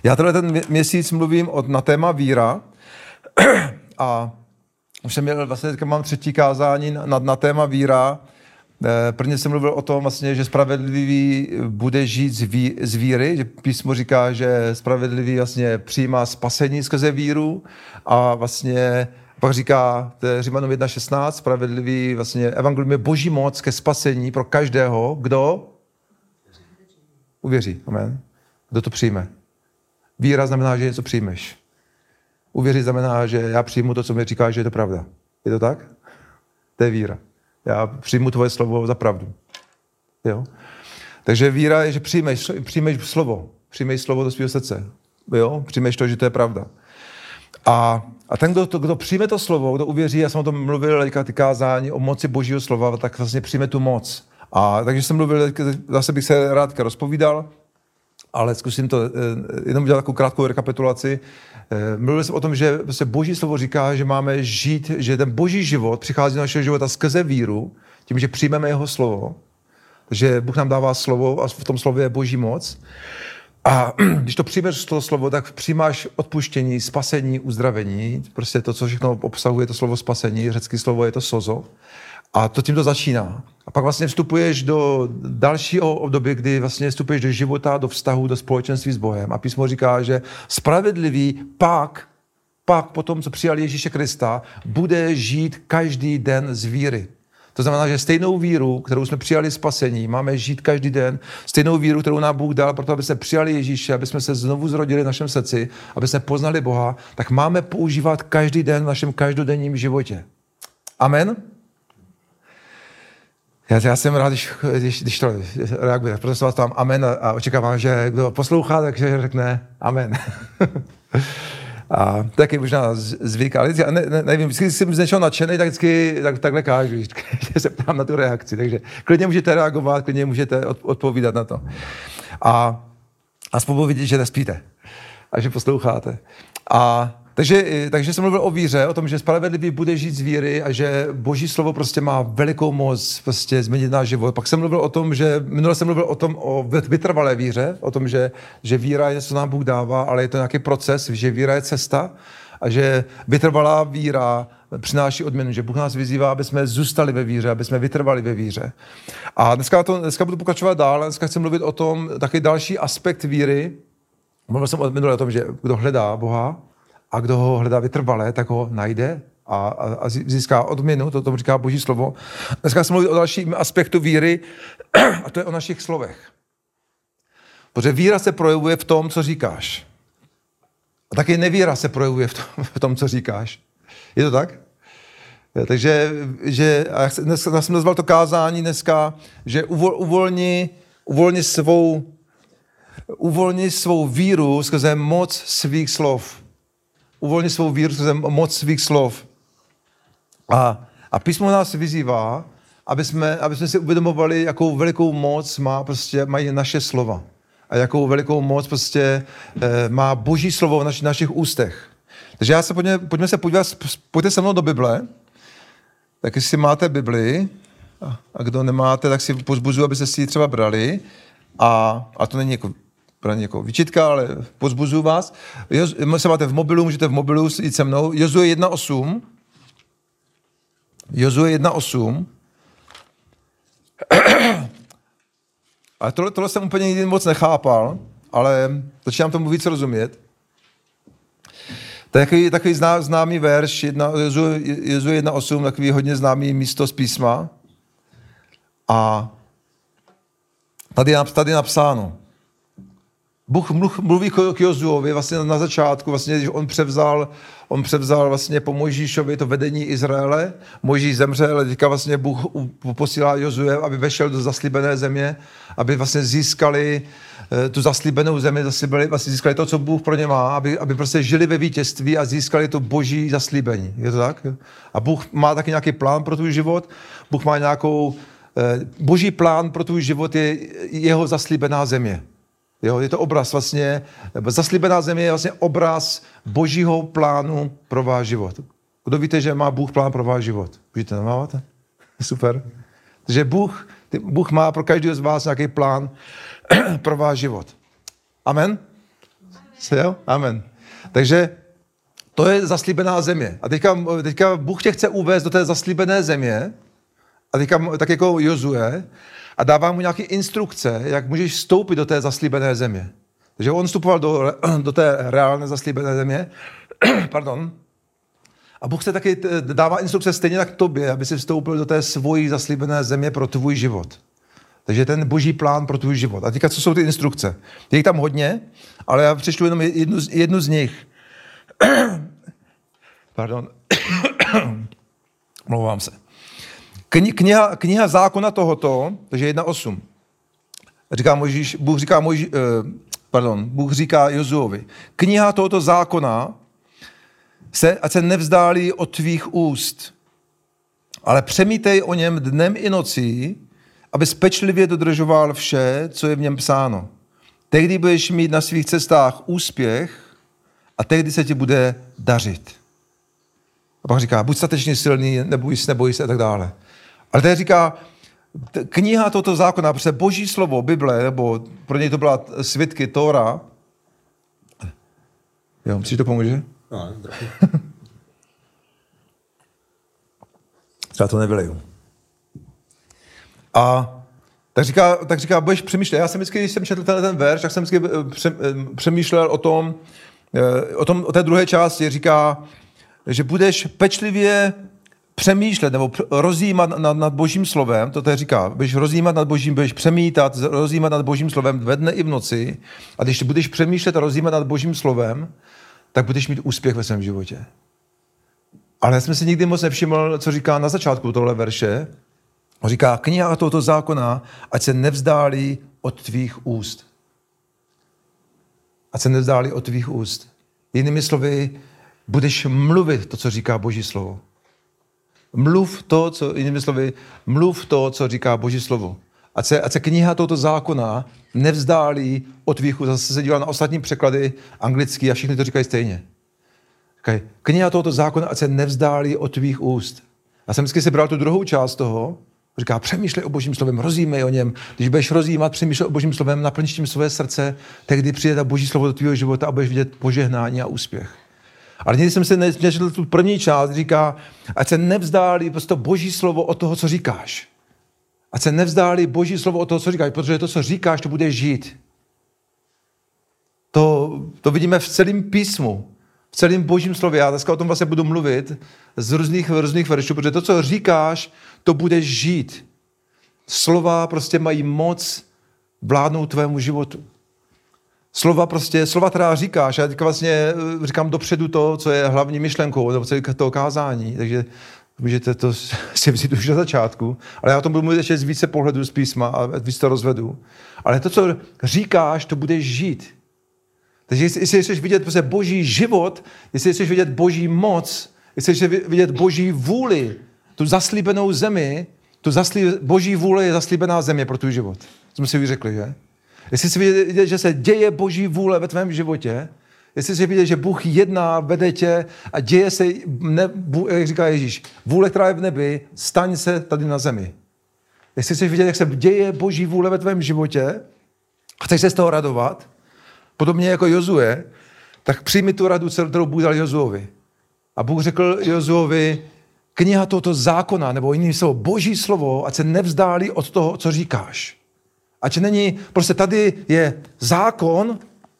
Já ten měsíc mluvím na téma víra a už jsem měl, vlastně teďka mám 3. kázání na téma víra. Prvně jsem mluvil o tom, vlastně, že spravedlivý bude žít z víry, že písmo říká, že spravedlivý vlastně přijímá spasení skrze víru a vlastně pak říká, to je Římanům 1.16, spravedlivý vlastně evangelium je boží moc ke spasení pro každého, kdo uvěří. Amen. Kdo to přijme. Víra znamená, že něco přijmeš. Uvěřit znamená, že já přijmu to, co mi říká, že je to pravda. Je to tak? To je víra. Já přijmu tvoje slovo za pravdu. Jo? Takže víra je, že přijmeš slovo. Přijmeš slovo do svého srdce. Jo? Přijmeš to, že to je pravda. A ten, kdo přijme to slovo, kdo uvěří, já jsem o tom mluvil, ty kázání o moci božího slova, tak vlastně přijme tu moc. A takže jsem mluvil, zase bych se rád rozpovídal, ale zkusím to jenom udělat takovou krátkou rekapitulaci. Mluvil jsem o tom, že prostě boží slovo říká, že máme žít, že ten boží život přichází do našeho života skrze víru, tím, že přijmeme jeho slovo. Takže Bůh nám dává slovo a v tom slově je boží moc. A když to přijmeš to slovo, tak přijímáš odpuštění, spasení, uzdravení. Prostě to, co všechno obsahuje to slovo spasení, řecké slovo je to sozo. A to tím to začíná. A pak vlastně vstupuješ do dalšího období, kdy vlastně vstupuješ do života, do vztahu, do společenství s Bohem. A písmo říká, že spravedlivý pak po tom, co přijal Ježíše Krista, bude žít každý den z víry. To znamená, že stejnou víru, kterou jsme přijali spasení, máme žít každý den, stejnou víru, kterou nám Bůh dal, proto aby jsme přijali Ježíše, aby jsme se znovu zrodili v našem srdci, aby jsme poznali Boha, tak máme používat každý den v našem každodenním životě. Amen? Já jsem rád, když to reaguje. Proto se vás tam amen a očekávám, že kdo poslouchá, takže řekne amen. A taky možná zvyk, ale nevím, vždycky jsem z něčeho nadšený, tak vždycky takhle kážu, že se ptám na tu reakci. Takže klidně můžete reagovat, klidně můžete odpovídat na to. A aspoň budu vidět, že nespíte a že posloucháte. Takže jsem mluvil o víře, o tom, že spravedlivý bude žít z víry a že boží slovo prostě má velikou moc prostě změnit náš život. Pak jsem mluvil o tom, minule jsem mluvil o vytrvalé víře, o tom, že víra je něco, co nám Bůh dává, ale je to nějaký proces, že víra je cesta a že vytrvalá víra přináší odměnu, že Bůh nás vyzývá, aby jsme zůstali ve víře, aby jsme vytrvali ve víře. A dneska budu pokračovat dál, dneska chci mluvit o tom, taky další aspekt víry. Mluvil jsem minule o tom, že kdo hledá Boha, a kdo ho hledá vytrvalé, tak ho najde a získá odměnu, to říká boží slovo. Dneska jsem mluvil o dalším aspektu víry, a to je o našich slovech. Protože víra se projevuje v tom, co říkáš. A taky nevíra se projevuje v tom, co říkáš. Je to tak? Takže dneska jsem nazval to kázání dneska, že uvolni svou víru skrze moc svých slov. Uvolni svou víru skrze moc svých slov. A písmo nás vyzývá, aby jsme si uvědomovali, jakou velikou moc mají naše slova. A jakou velikou moc má boží slovo v našich ústech. Takže pojďme se podívat, pojďte se mnou do Bible. Tak jestli máte Bibli, a kdo nemáte, tak si pozbuzuji, abyste si ji třeba brali. A to není jako výčitka, ale pozbuzuju vás. Se máte v mobilu, můžete v mobilu jít se mnou. Jozue 1.8. Jozue 1.8. A tohle jsem úplně nikdy moc nechápal, ale začínám tomu víc rozumět. To je takový známý verš, Jozue 1.8, takový hodně známý místo z písma. A tady je napsáno. Bůh mluví k Jozuovi vlastně na začátku, vlastně, když on převzal vlastně po Mojžíšovi to vedení Izraele. Mojžíš zemřel, ale teďka vlastně Bůh posílá Jozue, aby vešel do zaslíbené země, aby vlastně získali tu zaslíbenou zemi, získali to, co Bůh pro ně má, aby prostě žili ve vítězství a získali to boží zaslíbení. Je to tak? A Bůh má taky nějaký plán pro tvůj život. Bůh má boží plán pro tvůj život je jeho zaslíbená země. Jo, je to obraz vlastně, zaslíbená země je vlastně obraz božího plánu pro váš život. Kdo víte, že má Bůh plán pro váš život? Můžete namávat? Super. Takže Bůh má pro každého z vás nějaký plán pro váš život. Amen? Jo? Amen. Takže to je zaslíbená země. A teďka Bůh tě chce uvést do té zaslíbené země, a teďka tak jako Jozue, a dává mu nějaké instrukce, jak můžeš vstoupit do té zaslíbené země. Takže on vstupoval do té reálné zaslíbené země, pardon, a Bůh se taky dává instrukce stejně tak tobě, aby si vstoupil do té svojí zaslíbené země pro tvůj život. Takže ten boží plán pro tvůj život. A teďka, co jsou ty instrukce? Je jich tam hodně, ale já přečtu jenom jednu z nich. Pardon. Mluvám se. Kniha zákona tohoto, takže 1.8. Bůh říká Jozuovi. Kniha tohoto zákona ať se nevzdálí od tvých úst, ale přemítej o něm dnem i nocí, abys pečlivě dodržoval vše, co je v něm psáno. Tehdy budeš mít na svých cestách úspěch a tehdy se ti bude dařit. A pak říká, buď statečně silný, neboj se a tak dále. Ale tady říká, kniha tohoto zákona, protože boží slovo, Bible, nebo pro něj to byla svědky, Tóra. Jo, myslíš, to pomůže? No, trochu. Třeba to nevyleju. A tak říká, budeš přemýšlet. Já jsem vždycky, když jsem četl ten verš, tak jsem vždycky přemýšlel o té druhé části. Říká, že budeš pečlivě přemýšlet nebo rozjímat nad božím slovem, to tady říká, budeš rozjímat nad božím, budeš přemítat, rozjímat nad božím slovem ve dne i v noci, a když budeš přemýšlet a rozjímat nad božím slovem, tak budeš mít úspěch ve svém životě. Ale já jsem si nikdy moc nevšiml, co říká na začátku tohle verše. On říká, kniha tohoto zákona, ať se nevzdálí od tvých úst. Ať se nevzdálí od tvých úst. Jinými slovy, budeš mluvit to, co říká boží slovo. Mluv to, co říká boží slovo. Ať se kniha tohoto zákona nevzdálí od tvých úst. Zase se díval na ostatní překlady anglický a všichni to říkají stejně. Kniha tohoto zákona, ať se nevzdálí od tvých úst. Já jsem vždycky si bral tu druhou část toho, říká, přemýšlej o božím slovem, rozjímej o něm. Když budeš rozjímat, přemýšlej o božím slovem, naplň tím své srdce, tehdy přijde ta boží slovo do tvého života a budeš vidět požehnání a úspěch. Ale někdy jsem si nečetl tu první část, říká, ať se nevzdálí prostě boží slovo od toho, co říkáš. Ať se nevzdálí boží slovo od toho, co říkáš, protože to, co říkáš, to budeš žít. To vidíme v celém písmu, v celém božím slově. Já dneska o tom vlastně budu mluvit z různých veršů, protože to, co říkáš, to budeš žít. Slova prostě mají moc vládnout tvému životu. Slova, která říkáš, já teďka vlastně říkám dopředu to, co je hlavní myšlenkou nebo toho kázání, takže můžete to si vzít už na začátku, ale já o tom budu mluvit ještě z více pohledů z písma a víc to rozvedu. Ale to, co říkáš, to budeš žít. Takže jestli chceš vidět prostě boží život, jestli chceš vidět boží moc, jestli chceš vidět boží vůli, tu zaslíbenou zemi, boží vůle je zaslíbená země pro tvůj život. Jsme si už řekli, že? Jestli chci vidět, že se děje boží vůle ve tvém životě, jestli chci vidět, že Bůh jedná, vede tě a děje se, jak říká Ježíš, vůle, která je v nebi, staň se tady na zemi. Jestli chceš vidět, jak se děje boží vůle ve tvém životě, chceš se z toho radovat, podobně jako Jozue, tak přijmi tu radu, kterou Bůh dal Jozuovi. A Bůh řekl Jozuovi, kniha tohoto zákona, nebo jiným slovo, boží slovo, ať se nevzdálí od toho, co říkáš. Ať není, prostě tady je zákon,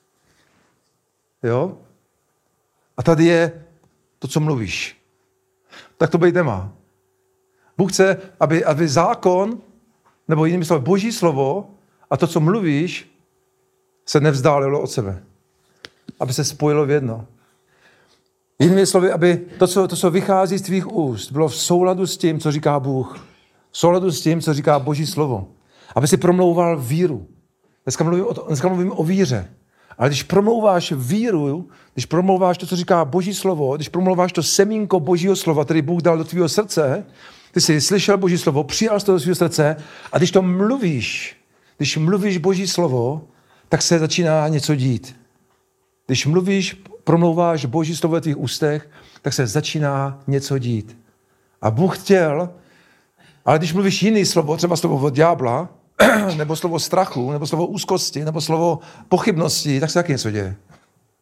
jo, a tady je to, co mluvíš. Tak to být nemá. Bůh chce, aby zákon, nebo jiným slovem, boží slovo a to, co mluvíš, se nevzdálilo od sebe. Aby se spojilo v jedno. Jinými slovy, aby to, co vychází z tvých úst, bylo v souladu s tím, co říká Bůh. V souladu s tím, co říká boží slovo. Aby si promlouval víru. Dneska mluvím o víře. Ale když promlouváš víru, když promlouváš to, co říká boží slovo, když promlouváš to semínko božího slova, který Bůh dal do tvého srdce, ty jsi slyšel boží slovo, přijal z toho svého srdce a když to mluvíš, když mluvíš boží slovo, tak se začíná něco dít. Když promlouváš boží slovo ve tvých ústech, tak se začíná něco dít. A Bůh chtěl, ale když mluvíš jiný slovo, třeba slovo od ďábla, nebo slovo strachu, nebo slovo úzkosti, nebo slovo pochybnosti, tak se taky něco děje.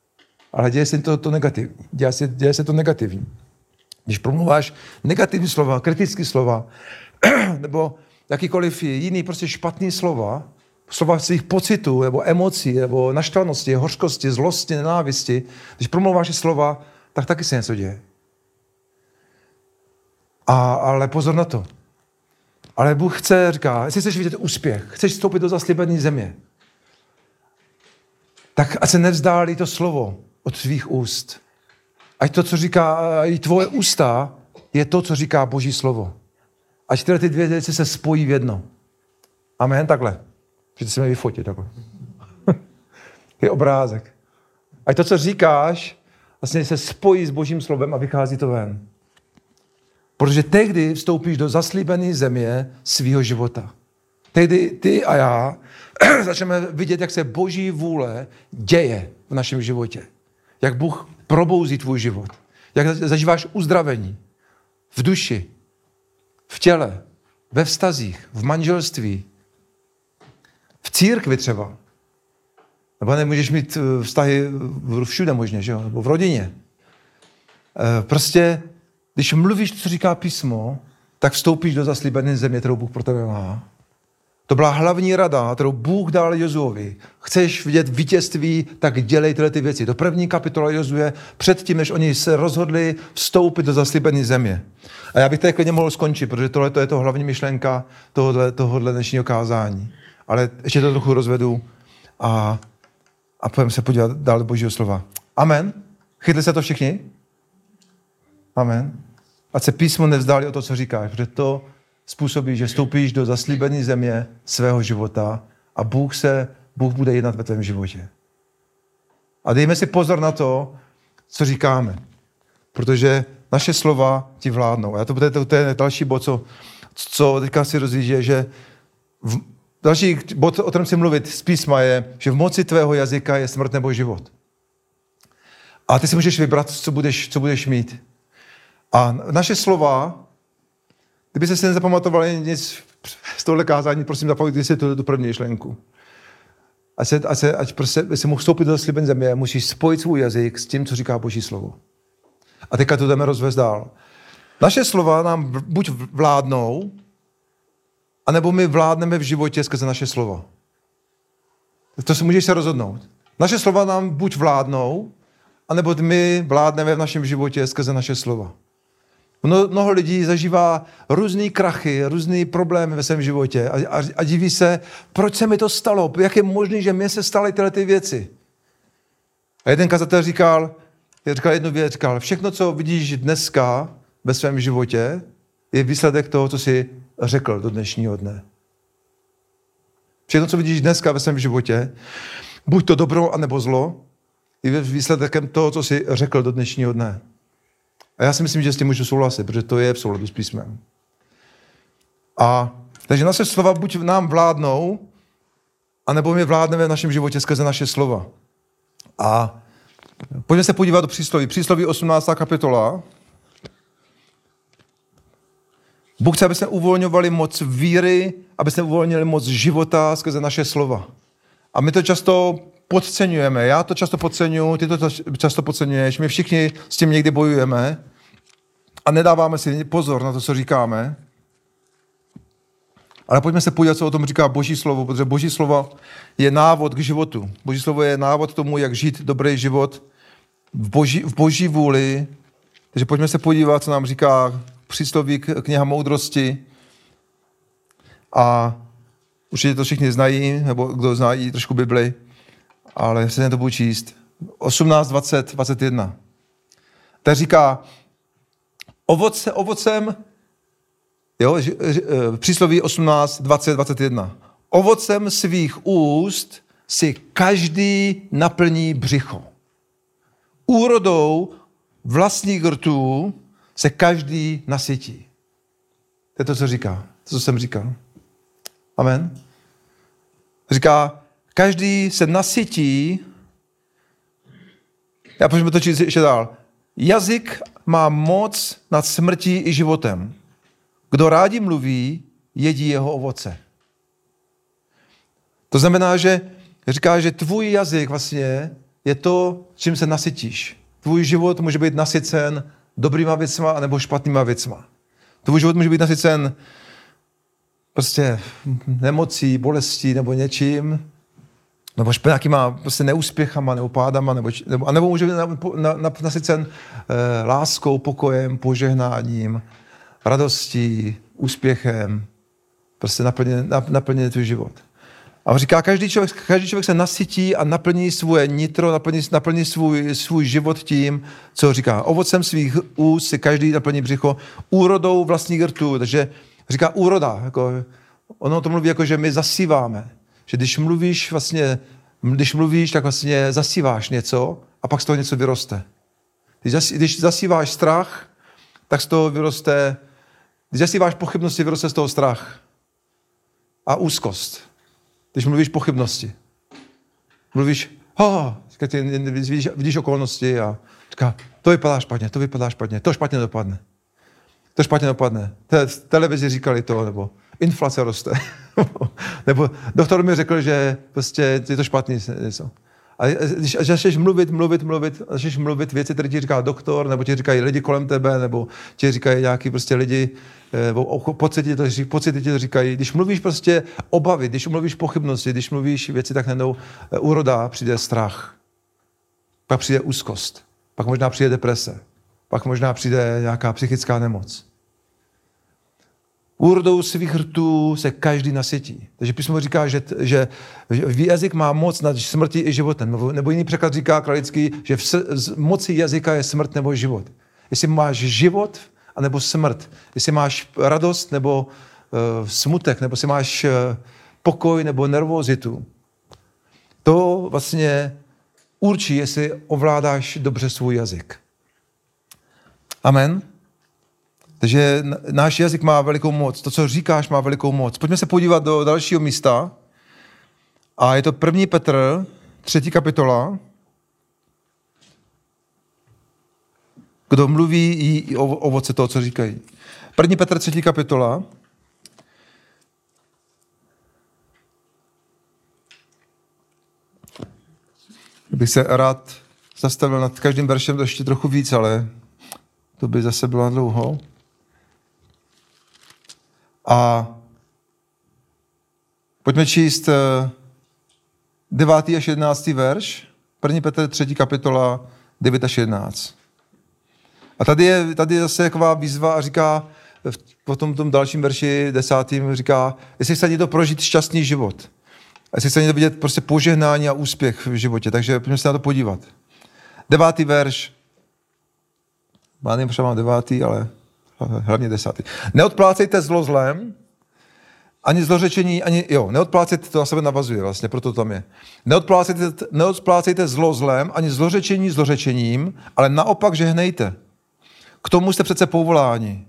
ale děje se to negativní. Děje se to negativní. Když promluváš negativní slova, kritické slova, nebo jakýkoliv jiný prostě špatný slova svých pocitů, nebo emocí, nebo naštvanosti, hořkosti, zlosti, nenávisti, když promluváš slova, tak taky se něco děje. Ale pozor na to. Ale Bůh říká, jestli chceš vidět úspěch, chceš vstoupit do zaslíbené země, tak ať se nevzdálí to slovo od svých úst. Ať to, co říká i tvoje ústa, je to, co říká Boží slovo. Ať tyhle ty dvě věci se spojí v jedno. Amen, takhle. Můžete si mě vyfotit takhle. Je obrázek. Ať to, co říkáš, vlastně se spojí s Božím slovem a vychází to ven. Protože tehdy vstoupíš do zaslíbené země svého života. Tehdy ty a já začneme vidět, jak se Boží vůle děje v našem životě. Jak Bůh probouzí tvůj život. Jak zažíváš uzdravení v duši, v těle, ve vztazích, v manželství, v církvi třeba. Nebo nemůžeš mít vztahy všude možně, že jo? Nebo v rodině. Prostě, když mluvíš, co říká písmo, tak vstoupíš do zaslíbené země, kterou Bůh pro tebe má. To byla hlavní rada, kterou Bůh dal Jozuovi. Chceš vidět vítězství, tak dělej tyhle ty věci. Do první kapitola Jozue, předtím, než oni se rozhodli vstoupit do zaslíbené země. A já bych tady klidně mohl skončit, protože tohle je to hlavní myšlenka tohohle dnešního kázání. Ale ještě to trochu rozvedu a půjdeme se podívat dál do Božího slova. Amen. Chytli se to všichni? Amen. Ať se písmo nevzdálí o to, co říkáš, protože to způsobí, že vstoupíš do zaslíbené země svého života a Bůh bude jednat ve tvém životě. A dejme si pozor na to, co říkáme. Protože naše slova ti vládnou. A to je další bod, co teďka si rozvíjí, že další bod, o kterém si mluvit z písma je, že v moci tvého jazyka je smrt nebo život. A ty si můžeš vybrat, co budeš mít. A naše slova, kdyby se nezapamatovali nic z tohle kázání, prosím, zapamatujte si tu první myšlenku. Ať prostě si mohl vstoupit do zaslíbené země, musíš spojit svůj jazyk s tím, co říká Boží slovo. A teďka to jdeme rozvést dál. Naše slova nám buď vládnou, anebo my vládneme v životě skrze naše slova. To si můžeš se rozhodnout. Naše slova nám buď vládnou, anebo my vládneme v našem životě skrze naše slova. Mnoho lidí zažívá různý krachy, různý problémy ve svém životě a diví se, proč se mi to stalo, jak je možné, že mně se staly tyhle ty věci. A jeden kazatel říkal jednu věc, všechno, co vidíš dneska ve svém životě, je výsledek toho, co jsi řekl do dnešního dne. Všechno, co vidíš dneska ve svém životě, buď to dobro, anebo zlo, je výsledkem toho, co jsi řekl do dnešního dne. A já si myslím, že s tím můžu souhlasit, protože to je v souladu s písmem. Takže naše slova buď nám vládnou, anebo my vládneme v našem životě skrze naše slova. A pojďme se podívat do přísloví. Přísloví 18. kapitola. Bůh chce, aby jsme uvolňovali moc víry, aby jsme uvolnili moc života skrze naše slova. A my to často podceňujeme. Já to často podceňuji, ty to často podceňuješ. My všichni s tím někdy bojujeme a nedáváme si pozor na to, co říkáme. Ale pojďme se podívat, co o tom říká Boží slovo, protože Boží slovo je návod k životu. Boží slovo je návod k tomu, jak žít dobrý život v Boží vůli. Takže pojďme se podívat, co nám říká přísloví kniha moudrosti. A určitě to všichni znají, nebo kdo znají trošku Bibli, ale se to budu číst. 18, 20, 21. Tak říká, ovocem, přísloví 18, 20, 21. Ovocem svých úst si každý naplní břicho. Úrodou vlastních rtů se každý nasytí. To je to, co říká. To, co jsem říkal. Amen. Říká, každý se nasytí. Já pojďme to číst ještě dál. Jazyk má moc nad smrtí i životem. Kdo rádi mluví, jedí jeho ovoce. To znamená, že říká, že tvůj jazyk vlastně je to, čím se nasytíš. Tvůj život může být nasycen dobrýma věcma nebo špatnýma věcma. Tvůj život může být nasycen prostě nemocí, bolestí nebo něčím, nebo nějakýma prostě neúspěchama, nebo pádama, nebo může být nasycen láskou, pokojem, požehnáním, radostí, úspěchem, prostě naplně tvůj život. A on říká, každý člověk se nasytí a naplní svoje nitro, naplní svůj život tím, co říká. Ovocem svých úst si každý naplní břicho, úrodou vlastních rtů. Takže říká úroda. Jako, ono to mluví jako, že my zasíváme. Že když mluvíš, tak vlastně zasíváš něco a pak z toho něco vyroste. Když zasíváš strach, tak z toho vyroste, když zasíváš pochybnosti, vyroste z toho strach. A úzkost. Když mluvíš pochybnosti. Mluvíš, vidíš okolnosti a říká, to vypadá špatně, to špatně dopadne. V televizi říkali to, nebo inflace roste. Nebo doktor mi řekl, že prostě je to špatný něco. A když začneš mluvit věci, které ti říká doktor, nebo ti říkají lidi kolem tebe, nebo ti říkají nějaký prostě lidi, nebo pocity ti to říkají. Když mluvíš prostě obavy, když mluvíš pochybnosti, když mluvíš věci, tak najednou úroda, přijde strach. Pak přijde úzkost. Pak možná přijde deprese. Pak možná přijde nějaká psychická nemoc. Úrodou svých rtů se každý nasytí. Takže písmo říká, že jazyk má moc nad smrtí i životem. Nebo jiný překlad říká kralický, že v moci jazyka je smrt nebo život. Jestli máš život, anebo smrt. Jestli máš radost, nebo smutek, nebo jestli máš pokoj, nebo nervozitu. To vlastně určí, jestli ovládáš dobře svůj jazyk. Amen. Takže náš jazyk má velikou moc. To, co říkáš, má velikou moc. Pojďme se podívat do dalšího místa. A je to 1. Petr, 3. kapitola. Kdo mluví i o ovoce toho, co říkají. 1. Petr, 3. kapitola. Bych se rád zastavil nad každým veršem ještě trochu víc, ale to by zase bylo dlouho. A pojďme číst 9. až 11. verš, 1. Petr 3. kapitola 9 až 11. A tady je zase taková výzva a říká, potom v tom dalším verši 10. říká, jestli chce někdo prožít šťastný život, jestli chce někdo vidět prostě požehnání a úspěch v životě, takže pojďme se na to podívat. 9. verš, já nevím, mám 9. ale hlavně 10. Neodplácejte zlo zlem, ani zlořečení, neodplácejte, to na sebe navazuje vlastně, proto tam je. Neodplácejte zlo zlem, ani zlořečení zlořečením, ale naopak žehnejte. K tomu jste přece povoláni.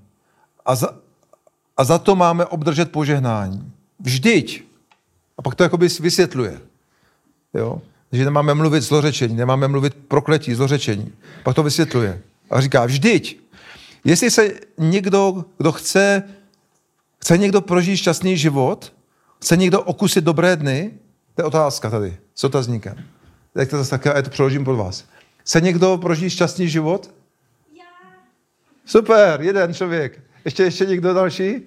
A za to máme obdržet požehnání. Vždyť. A pak to jakoby vysvětluje. Jo? Že nemáme mluvit zlořečení, nemáme mluvit prokletí, zlořečení. Pak to vysvětluje. A říká, vždyť. Jestli se někdo, kdo chce někdo prožít šťastný život, chce někdo okusit dobré dny, to je otázka tady, s otazníkem. Jak to zase také, já to přeložím pod vás. Chce někdo prožít šťastný život? Já. Super, jeden člověk. Ještě někdo další?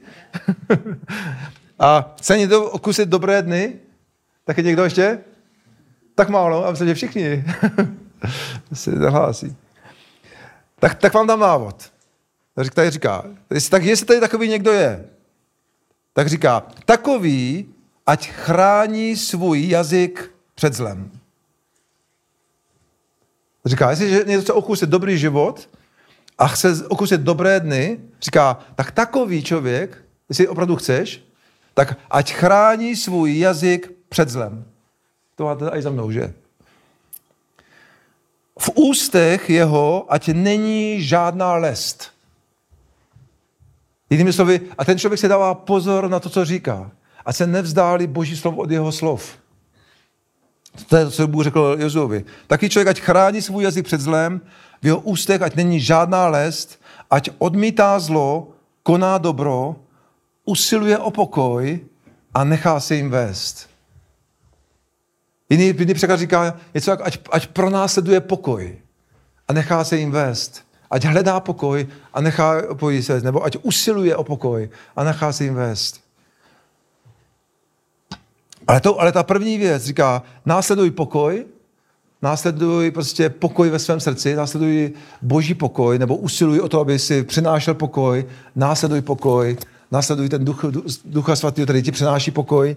A chce někdo okusit dobré dny? Taky někdo ještě? Tak málo, a myslím, že všichni se nahlásí. Tak vám dám návod. Tady říká, jestli tady takový někdo je, tak říká, takový, ať chrání svůj jazyk před zlem. Říká, jestli někdo chce okusit dobrý život a chce okusit dobré dny, říká, tak takový člověk, jestli opravdu chceš, tak ať chrání svůj jazyk před zlem. To máte i za mnou, že? V ústech jeho, ať není žádná lest. Jinými slovy, a ten člověk se dává pozor na to, co říká. Ať se nevzdálí Boží slovo od jeho slov. To je to, co Bůh řekl Jozuovi. Taký člověk, ať chrání svůj jazyk před zlem, v jeho ústech, ať není žádná lest, ať odmítá zlo, koná dobro, usiluje o pokoj a nechá se jim vést. Jiný překlad říká něco jako, ať pronásleduje pokoj a nechá se jim vést. Ať hledá pokoj a nechá se vést. Nebo ať usiluje o pokoj a nechá se jim vést. Ale ta první věc říká, následuj pokoj, následuj prostě pokoj ve svém srdci, následuj boží pokoj, nebo usiluj o to, aby si přinášel pokoj, následuj pokoj, následuj ten Ducha Svatého, který ti přináší pokoj.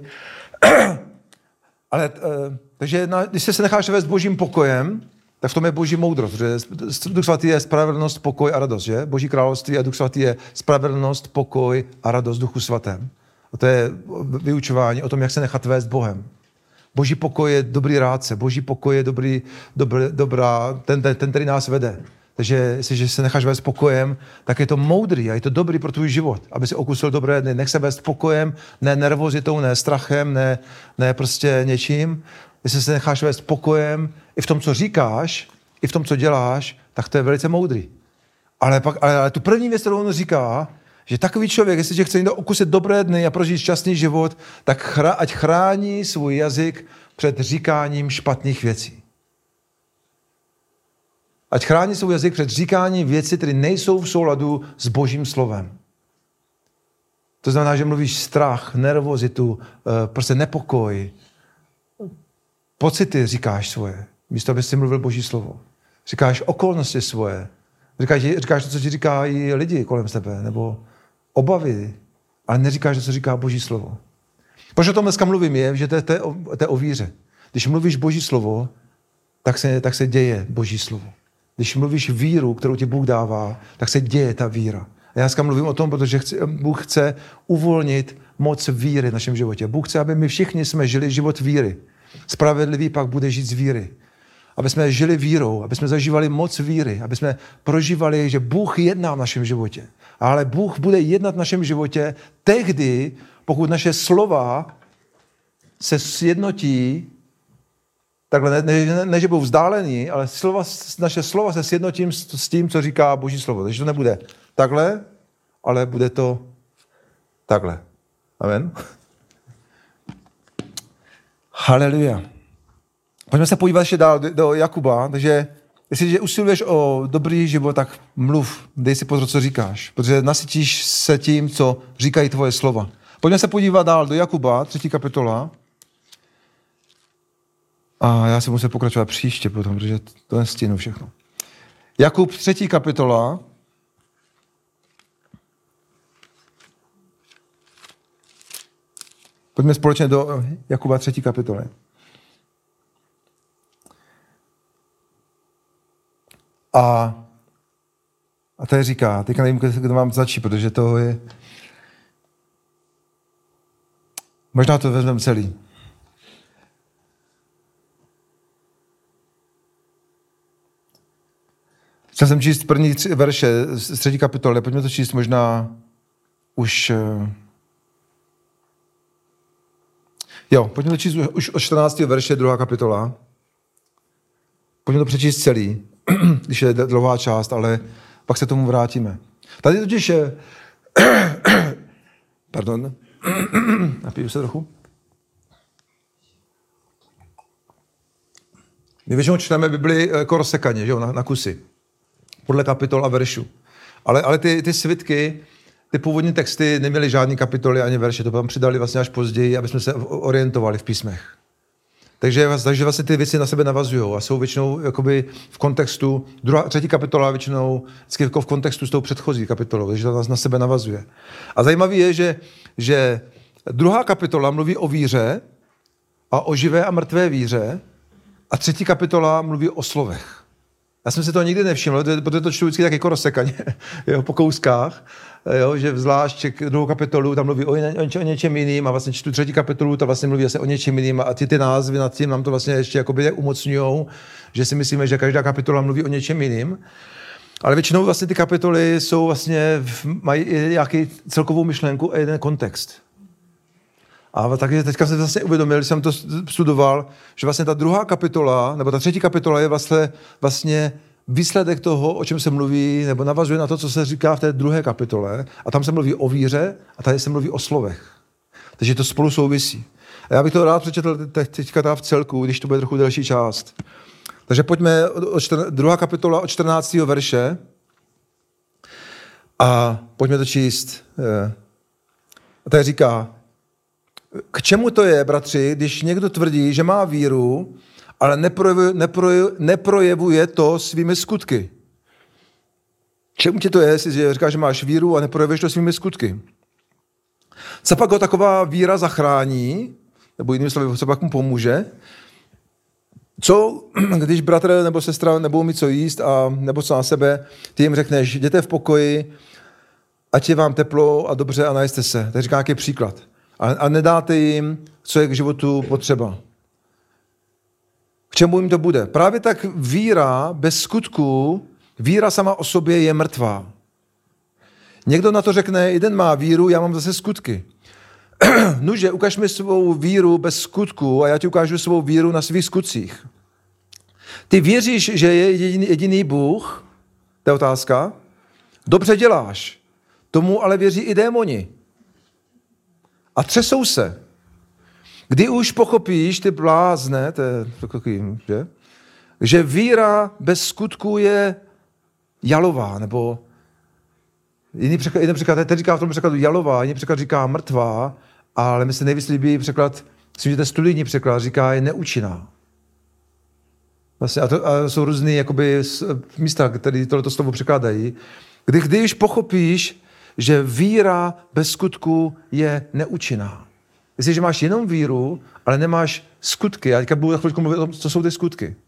Takže když se necháš vést božím pokojem, tak v tom je boží moudrost, že Duch Svatý je spravedlnost, pokoj a radost, že? Boží království a Duch Svatý je spravedlnost, pokoj a radost Duchu Svatém. A to je vyučování o tom, jak se nechat vést Bohem. Boží pokoj je dobrý rádce, boží pokoj je dobrá, ten, který nás vede. Takže jestliže se necháš vést pokojem, tak je to moudrý a je to dobrý pro tvůj život, aby si okusil dobré dny. Nech se vést pokojem, ne nervozitou, ne strachem, ne prostě něčím. Jestli se necháš vést pokojem i v tom, co říkáš, i v tom, co děláš, tak to je velice moudrý. Ale tu první věc, kterou on říká, že takový člověk, jestliže chce někdo okusit dobré dny a prožít šťastný život, tak ať chrání svůj jazyk před říkáním špatných věcí. Ať chrání svůj jazyk před říkáním věcí, které nejsou v souladu s Božím slovem. To znamená, že mluvíš strach, nervozitu, prostě nepokoj. Pocity říkáš svoje, místo aby si mluvil Boží slovo. Říkáš okolnosti svoje. Říkáš to, co ti říkají lidi kolem sebe, nebo obavy, ale neříkáš to, co říká Boží slovo. Proč o tom dneska mluvím je, že to je o víře. Když mluvíš Boží slovo, tak se děje Boží slovo. Když mluvíš víru, kterou ti Bůh dává, tak se děje ta víra. A já dneska mluvím o tom, protože Bůh chce uvolnit moc víry v našem životě. Bůh chce, aby my všichni jsme žili život víry. Spravedlivý pak bude žít z víry. Aby jsme žili vírou, aby jsme zažívali moc víry, aby jsme prožívali, že Bůh jedná v našem životě. Ale Bůh bude jednat v našem životě tehdy, pokud naše slova se sjednotí, takhle ne že budou vzdálení, ale naše slova se sjednotí s tím, co říká Boží slovo. Takže to nebude takhle, ale bude to takhle. Amen. Haleluja. Pojďme se podívat ještě dál do Jakuba. Takže jestliže usiluješ o dobrý život, tak mluv, dej si pozor, co říkáš, protože nasytíš se tím, co říkají tvoje slova. Pojďme se podívat dál do Jakuba, 3. kapitola. A já si musím pokračovat příště potom, protože to nestínu všechno. Jakub, 3. kapitola. Pojďme společně do Jakuba 3. kapitoly. A tady říká, teďka nevím, kdo mám začít, protože to je... Možná to vezmeme celý. Chtěl jsem číst první 3 verše z 3. kapitoly, pojďme to číst možná už... pojďme to číst už od 14. verše 2. kapitola. Pojďme to přečíst celý, když je dlouhá část, ale pak se tomu vrátíme. Tady totiž je... Pardon. Napiju se trochu. My většinou čteme Bibli jako rozsekaně, že jo, na kusy. Podle kapitol a veršů. Ale ty svitky, ty původní texty neměly žádný kapitoly ani verše, to tam přidali vlastně až později, aby jsme se orientovali v písmech. Takže vlastně ty věci na sebe navazují a jsou většinou jakoby v kontextu, 3. kapitola většinou vždycky jako v kontextu s tou předchozí kapitolou, takže to nás na sebe navazuje. A zajímavé je, že 2. kapitola mluví o víře a o živé a mrtvé víře a 3. kapitola mluví o slovech. Já jsem si to nikdy nevšiml, protože to čtu vždycky tak jako rozsekaně, po kouskách, že zvlášť 2. kapitolu tam mluví o něčem jiným a vlastně čtu 3. kapitolu, to vlastně mluví asi o něčem jiným a ty názvy nad tím nám to vlastně ještě jakoby umocňujou, že si myslíme, že každá kapitola mluví o něčem jiným. Ale většinou vlastně ty kapitoly jsou vlastně, mají nějaký celkovou myšlenku a jeden kontext. A takže teďka jsem vlastně uvědomil, když jsem to studoval, že vlastně ta 2. kapitola, nebo ta 3. kapitola je vlastně výsledek toho, o čem se mluví, nebo navazuje na to, co se říká v té 2. kapitole. A tam se mluví o víře a tady se mluví o slovech. Takže to spolu souvisí. A já bych to rád přečetl teďka v celku, když to bude trochu delší část. Takže pojďme 2. kapitola od 14. verše a pojďme to číst. A tady říká, k čemu to je, bratři, když někdo tvrdí, že má víru, ale neprojevuje to svými skutky. K čemu ti to je, jestli říkáš, že máš víru a neprojevuješ to svými skutky? Co pak ho taková víra zachrání, nebo jinými slovy, co pak mu pomůže? Co, když bratr nebo sestra nebudou mít co jíst a nebo co na sebe, ty jim řekneš, jděte v pokoji, ať je vám teplo a dobře a najste se. Tak říká nějaký příklad. A nedáte jim, co je k životu potřeba. K čemu jim to bude? Právě tak víra bez skutku, víra sama o sobě je mrtvá. Někdo na to řekne, jeden má víru, já mám zase skutky. Nuže, ukaž mi svou víru bez skutku a já ti ukážu svou víru na svých skutcích. Ty věříš, že je jediný Bůh? To je otázka. Dobře děláš. Tomu ale věří i démoni. A třesou se. Kdy už pochopíš, ty blázne, to je takový, že víra bez skutku je jalová, nebo jiný překlad, teď říká v tom překladu jalová, jiný překlad říká mrtvá, ale mi se nejvíc líbí překlad, myslím, že ten studijní překlad říká je neúčinná. Vlastně, a jsou různý jakoby místa, které tohleto slovo překládají. Když pochopíš, že víra bez skutku je neúčinná. Jestliže máš jenom víru, ale nemáš skutky, já teďka budu za chvíličku mluvit o tom, co jsou ty skutky.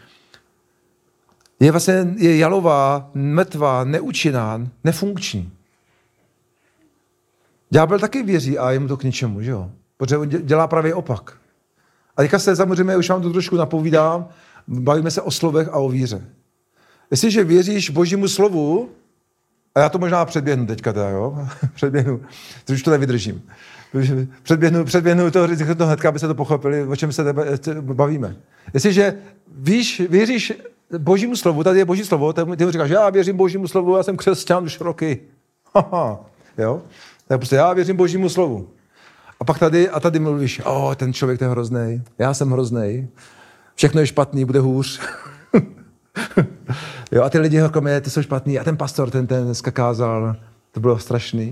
Je jalová, mrtvá, neúčinná, nefunkční. Ďábel taky věří a je mu to k ničemu, že jo? Protože on dělá právě opak. A teďka se samozřejmě, už vám to trošku napovídám, bavíme se o slovech a o víře. Jestliže věříš Božímu slovu, a já to možná předběhnu teďka, jo? Předběhnu, to už to nevydržím. Předběhnu to hnedka, aby se to pochopili, o čem se bavíme. Jestliže věříš Božímu slovu, tady je Boží slovo, ty mu říkáš, já věřím Božímu slovu, já jsem křesťan už roky. Jo? Tak prostě já věřím Božímu slovu. A pak tady mluvíš, ten člověk je hroznej, já jsem hroznej, všechno je špatný, bude hůř. Jo, a ty lidi okolo mě, ty jsou špatný, a ten pastor, ten dneska kázal, to bylo strašný.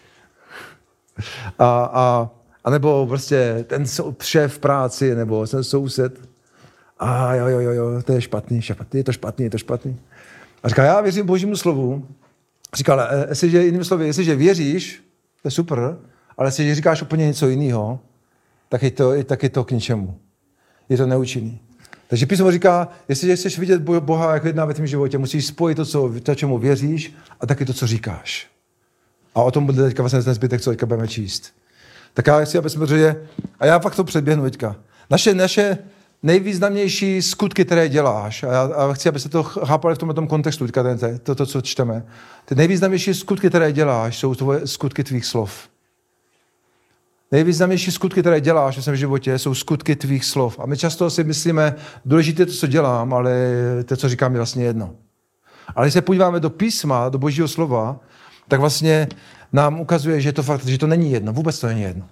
A nebo prostě ten šéf v práci, nebo ten soused, jo, to je špatný, je to špatný. A říká, já věřím Božímu slovu. Říká, ale jestliže věříš, to je super, ale jestliže říkáš úplně něco jiného, tak je to k ničemu. Je to neúčinný. Takže písmo říká, jestliže chceš vidět Boha, jak jedná ve tvém životě, musíš spojit to, čemu věříš, a taky to, co říkáš. A o tom bude teďka vlastně ten zbytek, co teďka budeme číst. Tak já chci, aby jsme řekli, a já fakt to předběhnu teďka. Naše nejvýznamnější skutky, které děláš, a já chci, aby se to chápali v tomto kontextu, to, co čteme. Ty nejvýznamnější skutky, které děláš, jsou tvoje skutky tvých slov. Nejvýznamnější skutky, které děláš ve svém životě, jsou skutky tvých slov. A my často si myslíme, důležité to, co dělám, ale to, co říkám, je vlastně jedno. Ale když se podíváme do písma, do Božího slova, tak vlastně nám ukazuje, že to není jedno. Vůbec to není jedno.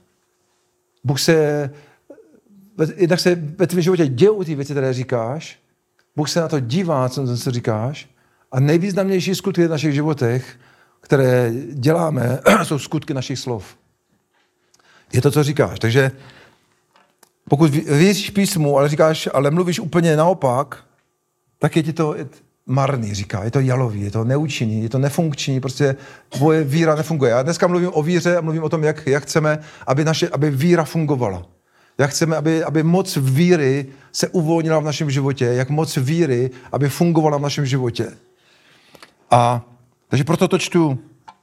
Jednak se ve tvém životě dějou ty věci, které říkáš, Bůh se na to dívá, co říkáš, a nejvýznamnější skutky v našich životech, které děláme, jsou skutky našich slov. Je to, co říkáš. Takže pokud věříš písmu, ale mluvíš úplně naopak, tak je ti to marný, říká. Je to jalový, je to neúčinný, je to nefunkční, prostě tvoje víra nefunguje. Já dneska mluvím o víře a mluvím o tom, jak chceme, aby víra fungovala. Jak chceme, aby moc víry se uvolnila v našem životě, jak moc víry, aby fungovala v našem životě. Takže proto to čtu.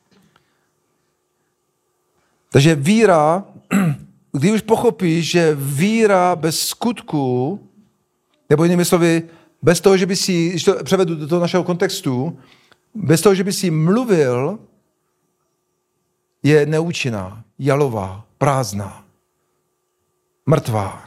Takže víra, když už pochopíš, že víra bez skutku, nebo jinými slovy, bez toho, že by si, když to převedu do toho našeho kontextu, bez toho, že by si mluvil, je neúčinná, jalová, prázdná, mrtvá.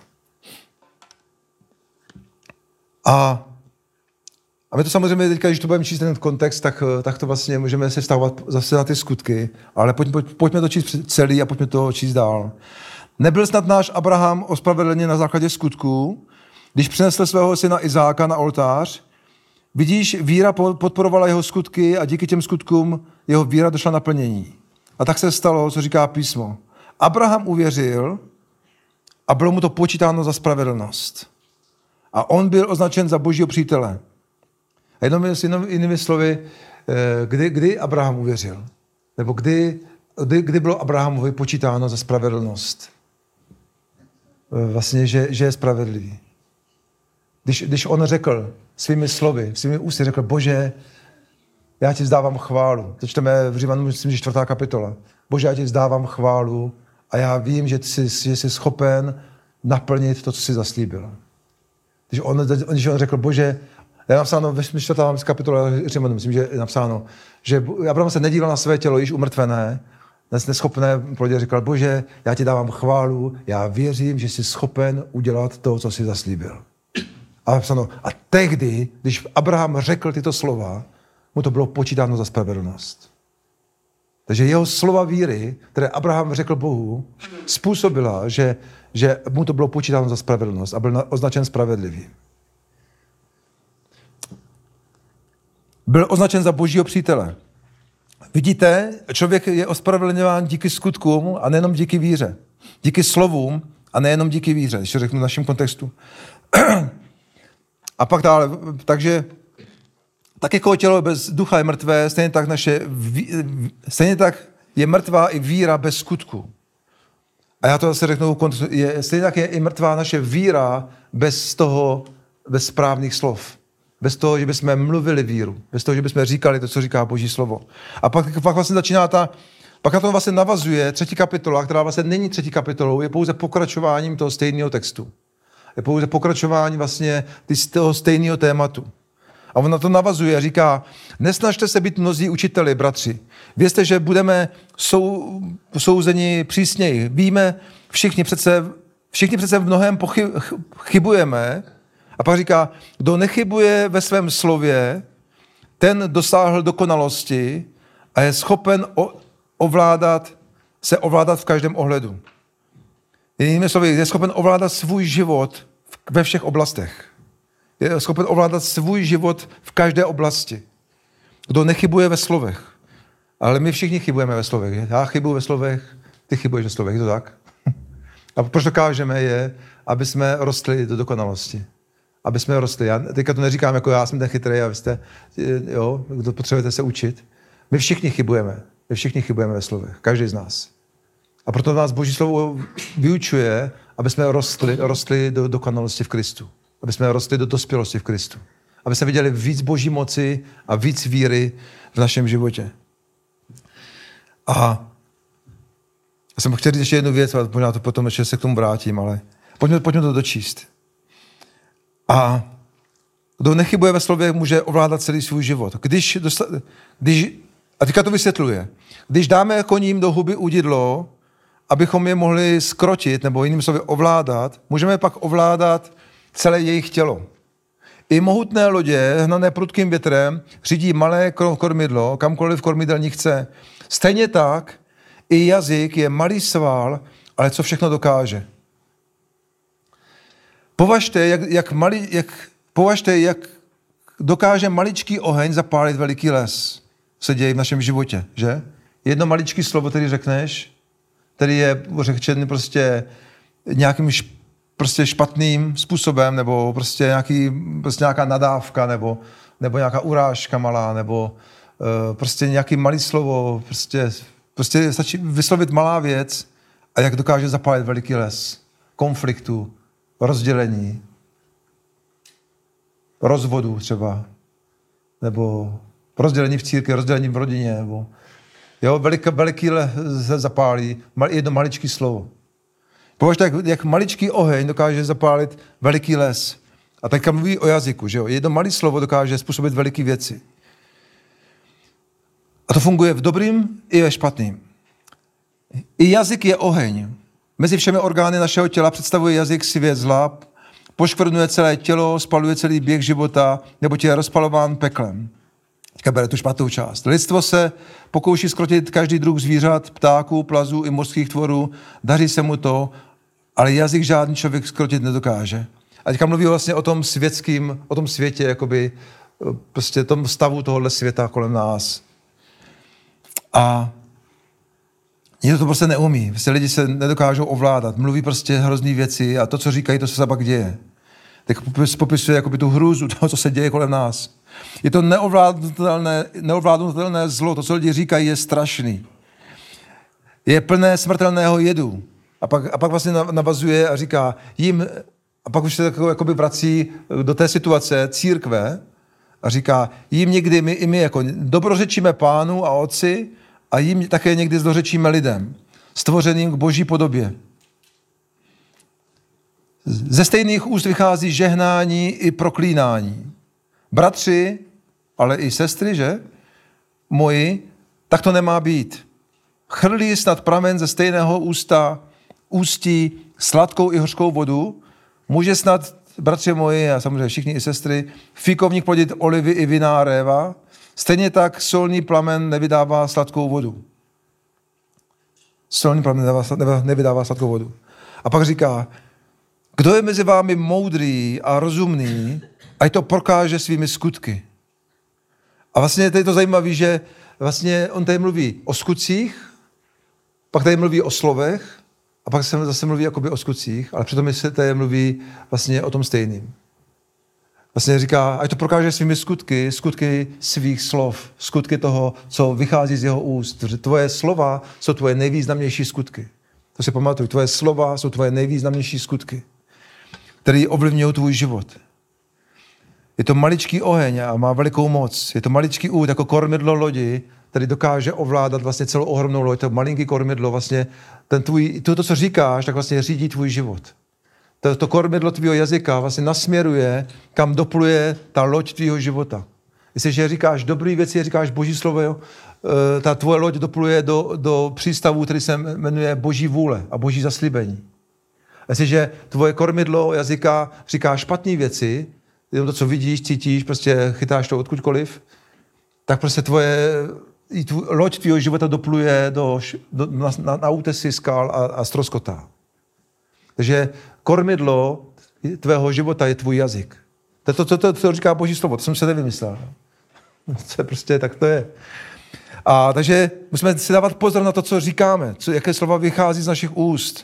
A my to samozřejmě teďka, když to budeme číst ten kontext, tak to vlastně můžeme se vztahovat zase na ty skutky, ale pojďme to číst celý a pojďme to číst dál. Nebyl snad náš Abraham ospravedlněn na základě skutků, když přinesl svého syna Izáka na oltář? Vidíš, víra podporovala jeho skutky a díky těm skutkům jeho víra došla naplnění. A tak se stalo, co říká písmo. Abraham uvěřil a bylo mu to počítáno za spravedlnost. A on byl označen za božího přítele. A jinými slovy, kdy Abraham uvěřil? Nebo kdy bylo Abrahamovi počítáno za spravedlnost? Vlastně, že je spravedlivý. Když on řekl svými slovy, svými ústy řekl, Bože, já ti vzdávám chválu. To čteme v Římanům, myslím, že 4. kapitola. Bože, já ti vzdávám chválu a já vím, že jsi schopen naplnit to, co jsi zaslíbil. Když on řekl, Bože, je napsáno ve 4. kapitole Římanům, myslím, že je napsáno, že Abraham se nedíval na své tělo, již umrtvené, neschopné plodě, říkal, Bože, já ti dávám chválu, já věřím, že jsi schopen udělat to, co jsi zaslíbil. A tehdy, když Abraham řekl tyto slova, mu to bylo počítáno za spravedlnost. Takže jeho slova víry, které Abraham řekl Bohu, způsobila, že mu to bylo počítáno za spravedlnost a byl označen spravedlivý. Byl označen za božího přítele. Vidíte, člověk je ospravedlňován díky skutkům a nejenom díky víře. Díky slovům a nejenom díky víře, když řeknu v našem kontextu. A pak dále, takže tak jako tělo bez ducha je mrtvé, stejně tak je mrtvá i víra bez skutku. A já to zase řeknu, stejně tak je i mrtvá naše víra bez správných slov. Bez toho, že bychom mluvili víru. Bez toho, že bychom říkali to, co říká Boží slovo. A pak vlastně začíná pak na to vlastně navazuje 3. kapitola, která vlastně není 3. kapitolou, je pouze pokračováním toho stejného textu. Je pouze pokračování vlastně toho stejného tématu. A on na to navazuje a říká, nesnažte se být mnozí učiteli, bratři. Vězte, že budeme souzeni přísněji. Víme, všichni přece v mnohém chybujeme. A pak říká, kdo nechybuje ve svém slově, ten dosáhl dokonalosti a je schopen se ovládat v každém ohledu. Jinými slovy, je schopen ovládat svůj život ve všech oblastech. Je schopen ovládat svůj život v každé oblasti. Kdo nechybuje ve slovech. Ale my všichni chybujeme ve slovech. Já chybuju ve slovech, ty chybuješ ve slovech, je to tak? A proč dokážeme je, aby jsme rostli do dokonalosti. Aby jsme rostli. Já teďka to neříkám, jako já jsem ten chytrý a vy jste, kdo potřebujete se učit. My všichni chybujeme. My všichni chybujeme ve slovech. Každý z nás. A proto nás Boží slovo vyučuje, aby jsme rostli do dokonalosti v Kristu. Aby jsme rostli do dospělosti v Kristu. Aby jsme viděli víc Boží moci a víc víry v našem životě. A já jsem chtěl říct ještě jednu věc, ale možná to potom ještě se k tomu vrátím, ale pojďme to dočíst. A kdo nechybuje ve slově, může ovládat celý svůj život. A teďka to vysvětluje. Když dáme koním do huby udidlo, abychom je mohli zkrotit, nebo jiným slovy ovládat, můžeme pak ovládat celé jejich tělo. I mohutné lodě, hnané prudkým větrem, řídí malé kormidlo, kamkoliv kormidelník chce. Stejně tak i jazyk je malý sval, ale co všechno dokáže. Považte, jak dokáže maličký oheň zapálit veliký les. Se děje v našem životě, že? Jedno maličký slovo, který řekneš, který je řečený prostě nějakým prostě špatným způsobem, nebo prostě nějaká nadávka, nebo nějaká urážka malá, nebo prostě nějaký malý slovo, prostě stačí vyslovit malá věc a jak dokáže zapálit veliký les konfliktu, rozdělení, rozvodu třeba, nebo rozdělení v církvi, rozdělení v rodině, nebo veliký les zapálí jedno maličké slovo. Považte, jak maličký oheň dokáže zapálit veliký les. A teďka mluví o jazyku, že jo? Jedno malé slovo dokáže způsobit veliké věci. A to funguje v dobrým i ve špatným. I jazyk je oheň. Mezi všemi orgány našeho těla představuje jazyk svět zla, poškvrnuje celé tělo, spaluje celý běh života, nebo je rozpalován peklem. Teďka bere tu špatnou část. Lidstvo se pokouší zkrotit každý druh zvířat, ptáků, plazů i mořských tvorů. Daří se mu to, ale jazyk žádný člověk zkrotit nedokáže. A teďka mluví vlastně o tom světským, o tom světě, jakoby prostě tom stavu tohohle světa kolem nás. A někdo to prostě neumí. Prostě lidi se nedokážou ovládat. Mluví prostě hrozný věci a to, co říkají, to se pak děje. Tak popisuje jakoby tu hrůzu toho, co se děje kolem nás. Je to neovládnutelné zlo. To, co lidi říkají, je strašný. Je plné smrtelného jedu. A pak vlastně navazuje a říká jim, a pak už se jakoby vrací do té situace církve a říká, jim někdy i my jako dobrořečíme Pánu a Otci a jim také někdy zlořečíme lidem, stvořeným k boží podobě. Ze stejných úst vychází žehnání i proklínání. Bratři, ale i sestry, že? Moji, tak to nemá být. Chrlí snad pramen ze stejného ústí sladkou i hořkou vodu, může snad, bratři moji a samozřejmě všichni i sestry, fíkovník plodit olivy i vinná réva, stejně tak solný plamen nevydává sladkou vodu. Solný plamen nevydává sladkou vodu. A pak říká, kdo je mezi vámi moudrý a rozumný, ať to prokáže svými skutky. A vlastně tady je to zajímavé, že vlastně on tady mluví o skutcích, pak tady mluví o slovech, a pak se zase mluví jakoby o skutcích, ale přitom se tady mluví vlastně o tom stejným. Vlastně říká, ať to prokáže svými skutky, skutky svých slov, skutky toho, co vychází z jeho úst. Protože tvoje slova jsou tvoje nejvýznamnější skutky. To si pamatuj, tvoje slova jsou tvoje nejvýznamnější skutky, které ovlivňují tvůj život. Je to maličký oheň a má velikou moc. Je to maličký úd, jako kormidlo lodi, který dokáže ovládat vlastně celou ohromnou loď. To malinký kormidlo, vlastně to, co říkáš, tak vlastně řídí tvůj život. To kormidlo tvýho jazyka vlastně nasměruje, kam dopluje ta loď tvýho života. Jestliže říkáš dobré věci, říkáš boží slovo, ta tvoje loď dopluje do přístavu, který se jmenuje boží vůle a boží zaslíbení. Jestliže tvoje kormidlo jazyka říká špatné věci, jenom to, co vidíš, cítíš, prostě chytáš to odkudkoliv, tak prostě loď tvýho života dopluje na útesy skal a ztroskotá. Takže kormidlo tvého života je tvůj jazyk. To říká boží slovo, to jsem se nevymyslel. To je prostě, tak to je. A takže musíme si dávat pozor na to, co říkáme, jaké slova vychází z našich úst.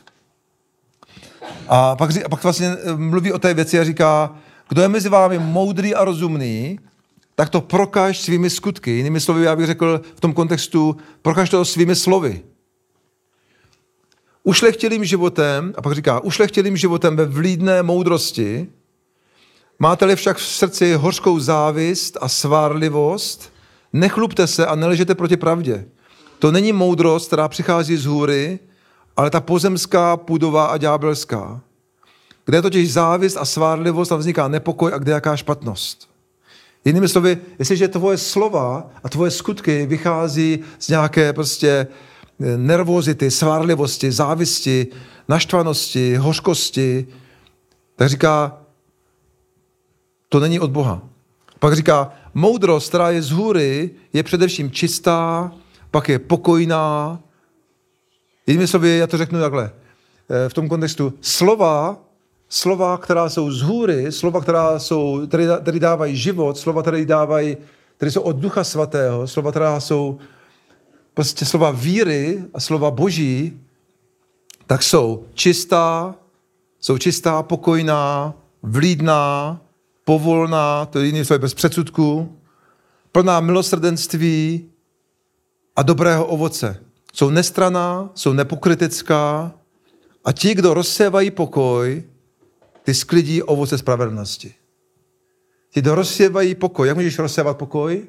A pak vlastně mluví o té věci a říká, kdo je mezi vámi moudrý a rozumný, tak to prokáž svými skutky. Jinými slovy, já bych řekl v tom kontextu, prokáž to svými slovy. Ušlechtilým životem, a pak říká, ušlechtilým životem ve vlídné moudrosti, máte-li však v srdci hořkou závist a svárlivost, nechlubte se a nelžete proti pravdě. To není moudrost, která přichází z hůry, ale ta pozemská, půdová a ďábelská. Kde je totiž závist a svárlivost, tam vzniká nepokoj a kde jaká špatnost. Jinými slovy, jestliže tvoje slova a tvoje skutky vychází z nějaké prostě nervozity, svárlivosti, závisti, naštvanosti, hořkosti, tak říká, to není od Boha. Pak říká, moudrost, která je z hůry, je především čistá, pak je pokojná. Jinými slovy, já to řeknu takhle, v tom kontextu, slova, která jsou z hůry, slova, které dávají život, slova, které jsou od Ducha Svatého, slova, která jsou prostě slova víry a slova boží, tak jsou čistá, pokojná, vlídná, povolná, to je jiný slovo bez předsudku, plná milosrdenství a dobrého ovoce. Jsou nestranná, jsou nepokrytecká a ti, kdo rozsévají pokoj, ty sklidí ovoce spravedlnosti. Ti, kdo rozsévají pokoj, jak můžeš rozsévat pokoj?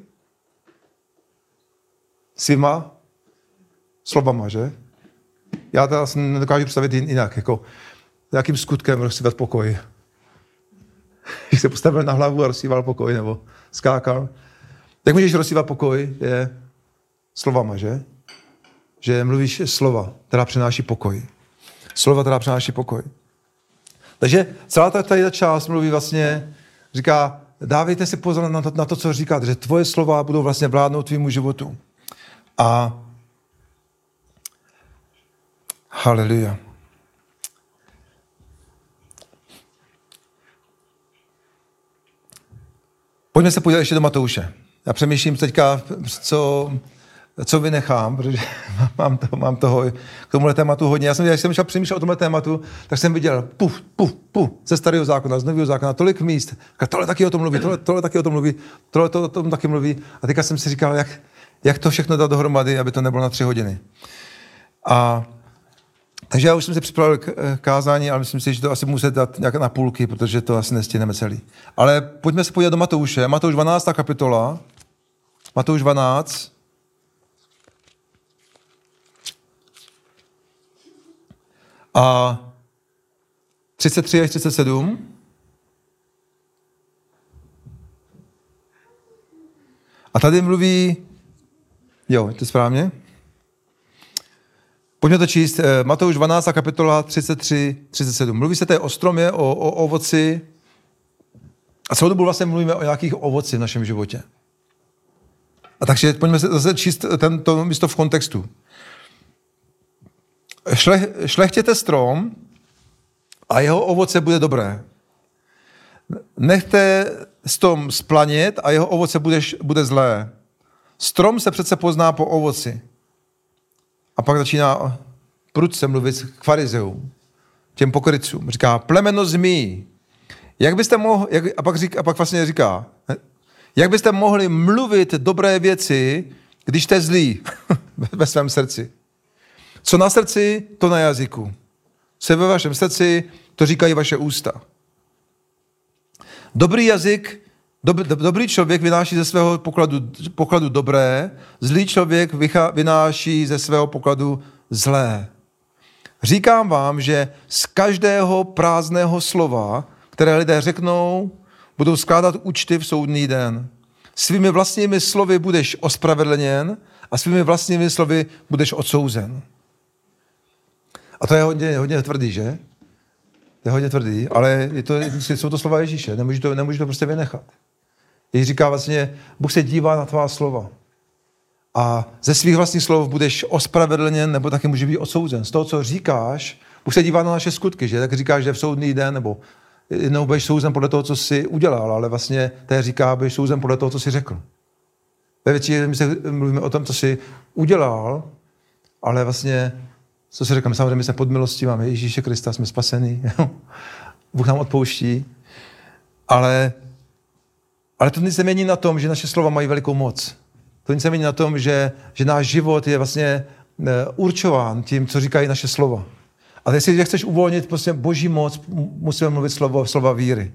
Svýma slovama, že? Já to nedokážu představit jinak, jako jakým skutkem rozsívat pokoj. Když se postavil na hlavu a rozsíval pokoj, nebo skákal. Jak můžeš rozsívat pokoj? Je slovama, že? Že mluvíš slova, která přináší pokoj. Slova, která přináší pokoj. Takže celá ta část mluví vlastně, říká, dávejte si pozor na to, co říkáte, že tvoje slova budou vlastně vládnout tvýmu životu. A haleluja. Pojďme se podívat ještě do Matouše. Já přemýšlím teďka, co vynechám, protože mám toho k tomuhle tématu hodně. Když jsem přemýšlel o tomhle tématu, tak jsem viděl ze starého zákona, z nového zákona, tolik míst. Tohle taky o tom mluví, tohle taky o tom mluví, tohle o tom taky mluví. A teďka jsem si říkal, jak to všechno dát dohromady, aby to nebylo na 3 hodiny. Takže já už jsem si připravil kázání, ale myslím si, že to asi musím dát nějak na půlky, protože to asi nestihneme celý. Ale pojďme se podívat do Matouše. Matouš 12. kapitola. Matouš 12. A 33 až 37. A tady mluví, jo, je to správně? Pojďme to číst. Matouš 12. kapitola 33, 37. Mluví se tady o stromě, o ovoci. A celou dobu vlastně mluvíme o nějakých ovoci v našem životě. A takže pojďme se zase číst to místo v kontextu. Šlechtěte strom a jeho ovoce bude dobré. Nechte strom splanět a jeho ovoce bude zlé. Strom se přece pozná po ovoci. A pak začíná prudce mluvit k farizeům, těm pokrytcům. Říká, plemeno zmí. Jak byste mohli, a pak vlastně říká, jak byste mohli mluvit dobré věci, když jste zlí ve svém srdci. Co na srdci, to na jazyku. Co je ve vašem srdci, to říkají vaše ústa. Dobrý jazyk, dobrý člověk vynáší ze svého pokladu dobré, zlý člověk vynáší ze svého pokladu zlé. Říkám vám, že z každého prázdného slova, které lidé řeknou, budou skládat účty v soudný den. Svými vlastními slovy budeš ospravedlněn a svými vlastními slovy budeš odsouzen. A to je hodně tvrdý, že? To je hodně tvrdý, ale jsou to slova Ježíše, nemůžu to prostě vynechat. Ježíš říká vlastně, Bůh se dívá na tvá slova. A ze svých vlastních slov budeš ospravedlněn, nebo taky může být odsouzen. Z toho, co říkáš, Bůh se dívá na naše skutky, že? Tak říkáš, že v soudný den, nebo jednou budeš souzen podle toho, co jsi udělal, ale vlastně té říká, budeš souzen podle toho, co jsi řekl. Ve většině my mluvíme o tom, co jsi udělal, ale vlastně, co si říkám, samozřejmě my jsme pod milostí, máme Ježíše Krista, jsme spasení, Bůh nám odpouští, ale to nic nemění na tom, že naše slova mají velikou moc. To nic nemění na tom, že náš život je vlastně určován tím, co říkají naše slova. A jestli chceš uvolnit prostě Boží moc, musíme mluvit slova víry.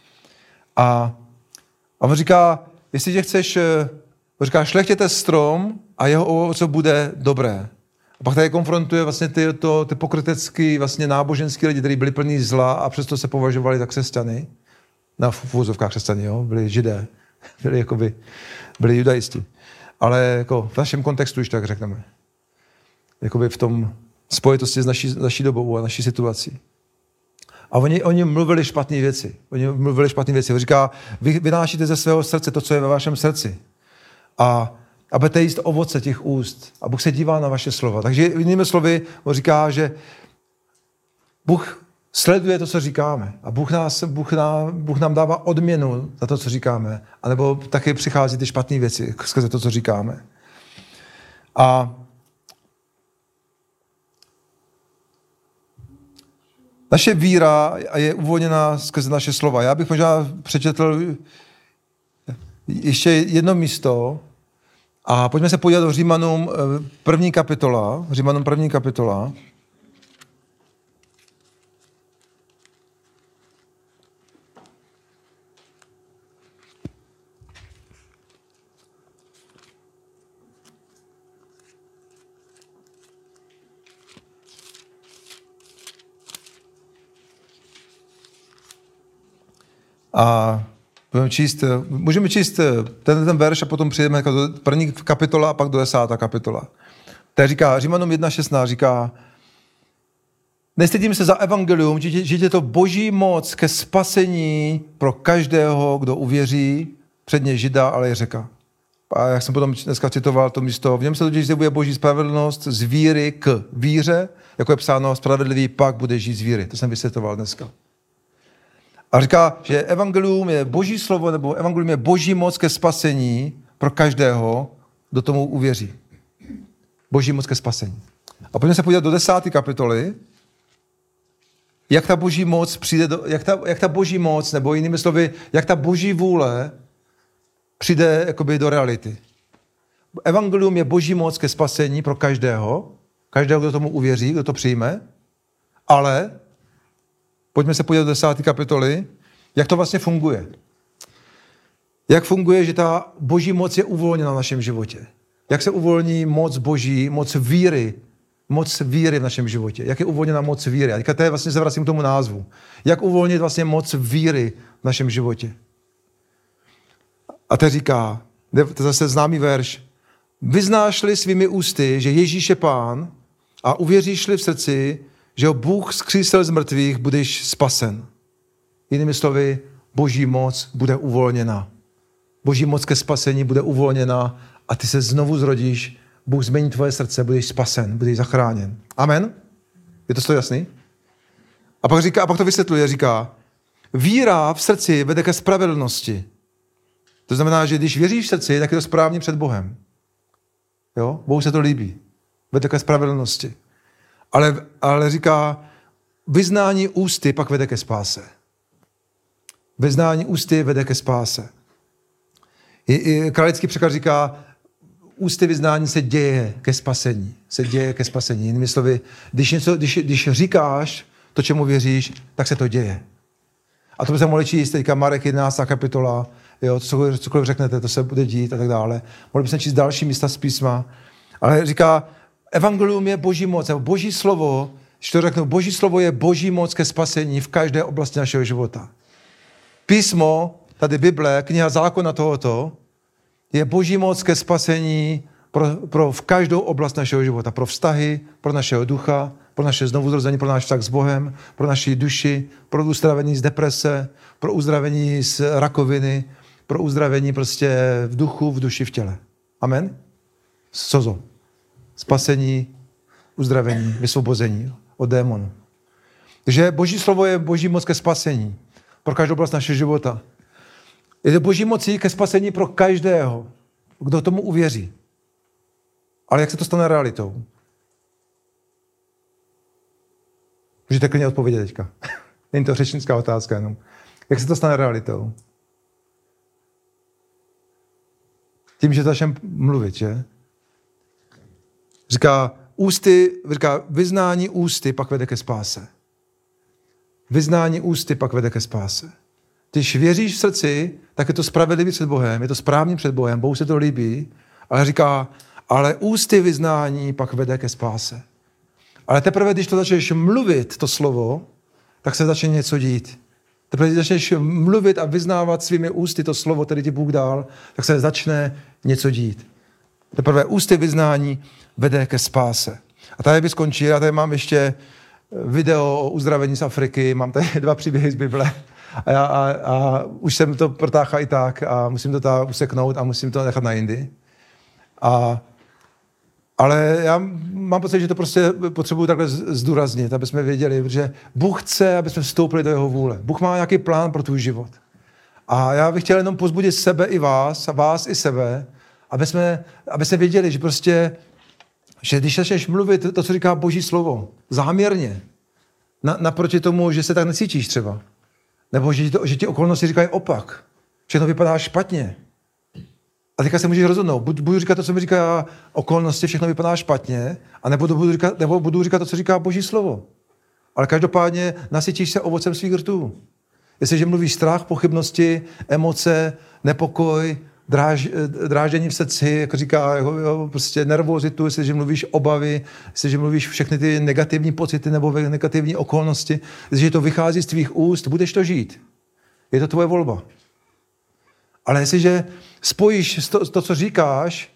A on říká, jestli chceš, on říká, šlechtěte strom a jeho ovoce bude dobré. A pak tady konfrontuje vlastně ty pokrytecký, vlastně náboženský lidi, kteří byli plní zla a přesto se považovali za křesťany. Na uvozovkách křesťany, jo, byli židé, byli judaisti. Ale jako v našem kontextu, už tak řekneme. Jakoby v tom spojitosti s naší dobou a naší situací. A oni mluvili špatné věci. On říká, vy vynášíte ze svého srdce to, co je ve vašem srdci. A budete jíst ovoce těch úst. A Bůh se dívá na vaše slova. Takže jinými slovy, on říká, že Bůh sleduje to, co říkáme. A Bůh nám dává odměnu za to, co říkáme. A nebo taky přichází ty špatné věci skrze to, co říkáme. A naše víra je uvolněná skrze naše slova. Já bych možná přečetl ještě jedno místo a pojďme se podívat do Římanům 1. kapitola. A můžeme číst ten verš a potom přijdeme do 1. kapitola a pak do 10. kapitola. Tady říká, Římanům 1.16 říká, Nestydím se za evangelium, že je to boží moc ke spasení pro každého, kdo uvěří, předně Žida, ale i Řeka. A jak jsem potom dneska citoval to místo, v něm se totiž zjevuje boží spravedlnost z víry k víře, jako je psáno, spravedlivý pak bude žít z víry. To jsem vysvětloval dneska. A říká, že evangelium je boží slovo, nebo evangelium je boží moc ke spasení pro každého, kdo tomu uvěří. Boží moc ke spasení. A pojďme se podívat do 10. kapitoly, jak ta boží moc přijde, jak ta boží moc, nebo jinými slovy, jak ta boží vůle přijde jakoby do reality. Evangelium je boží moc ke spasení pro každého, kdo tomu uvěří, kdo to přijme, ale pojďme se podívat do 10. kapitoly, jak to vlastně funguje. Jak funguje, že ta boží moc je uvolněna v našem životě. Jak se uvolní moc boží, moc víry v našem životě. Jak je uvolněna moc víry. A teďka vlastně se vracím k tomu názvu. Jak uvolnit vlastně moc víry v našem životě. A to říká, to je zase známý verš, vyznáš-li svými ústy, že Ježíš je Pán a uvěříš-li v srdci, že ho Bůh vzkřísil z mrtvých, budeš spasen. Jinými slovy, boží moc bude uvolněna. Boží moc ke spasení bude uvolněna a ty se znovu zrodíš, Bůh změní tvoje srdce, budeš spasen, budeš zachráněn. Amen? Je to jasný? A pak to vysvětluje, říká, víra v srdci vede ke spravedlnosti. To znamená, že když věříš v srdci, tak je to správně před Bohem. Bohu se to líbí. Vede ke spravedlnosti. Ale říká, vyznání ústy pak vede ke spáse. Vyznání ústy vede ke spáse. Kralický překlad říká, ústy vyznání se děje ke spasení. Jinými slovy, když říkáš to, čemu věříš, tak se to děje. A to by se mohli číst teďka Marek 11. kapitola, cokoliv řeknete, to se bude dít a tak dále. Mohli bychom číst další místa z písma. Ale říká, evangelium je boží moc, nebo boží slovo, když to řeknu, boží slovo je boží moc ke spasení v každé oblasti našeho života. Písmo, tady Bible, kniha zákona tohoto, je boží moc ke spasení pro v každou oblast našeho života. Pro vztahy, pro našeho ducha, pro naše znovuzrození, pro náš vztah s Bohem, pro naši duši, pro uzdravení z deprese, pro uzdravení z rakoviny, pro uzdravení prostě v duchu, v duši, v těle. Amen? Sozo. Spasení, uzdravení, vysvobození od démonů. Takže boží slovo je boží moc ke spasení pro každou oblast našeho života. Je to boží mocí ke spasení pro každého, kdo tomu uvěří. Ale jak se to stane realitou? Můžete klidně odpovědět teďka. Není to řečnická otázka jenom. Jak se to stane realitou? Tím, že začneme mluvit, že? Říká, vyznání ústy pak vede ke spáse. Vyznání ústy pak vede ke spáse. Když věříš v srdci, tak je to spravedlivý před Bohem, je to správně před Bohem, Bohu se to líbí, ale říká, ale ústy vyznání pak vede ke spáse. Ale teprve, když to začneš mluvit, to slovo, tak se začne něco dít. Teprve, když začneš mluvit a vyznávat svými ústy to slovo, které ti Bůh dal, tak se začne něco dít. Teprve ústy vyznání vede ke spáse. A tady by skončil, já tady mám ještě video o uzdravení z Afriky, mám tady 2 příběhy z Bible a už jsem to protáhl i tak a musím to tam useknout a musím to nechat na jindy. Ale já mám pocit, že to prostě potřebuji takhle zdůraznit, aby jsme věděli, protože Bůh chce, aby jsme vstoupili do jeho vůle. Bůh má nějaký plán pro tvůj život. A já bych chtěl jenom pozbudit sebe i vás, a vás i sebe, aby jsme věděli, že prostě, že když začneš mluvit to, co říká Boží slovo, záměrně, naproti tomu, že se tak necítíš třeba, nebo že ti okolnosti říkají opak, všechno vypadá špatně. A teďka se můžeš rozhodnout, budu říkat to, co mi říká okolnosti, všechno vypadá špatně, a nebo budu říkat to, co říká Boží slovo. Ale každopádně nasytíš se ovocem svých rtů. Jestliže mluvíš strach, pochybnosti, emoce, nepokoj, dráždění v srdci, jako říká, prostě nervozitu, jestliže mluvíš obavy, jestliže mluvíš všechny ty negativní pocity nebo negativní okolnosti, jestliže to vychází z tvých úst, budeš to žít. Je to tvoje volba. Ale jestliže spojíš to, co říkáš,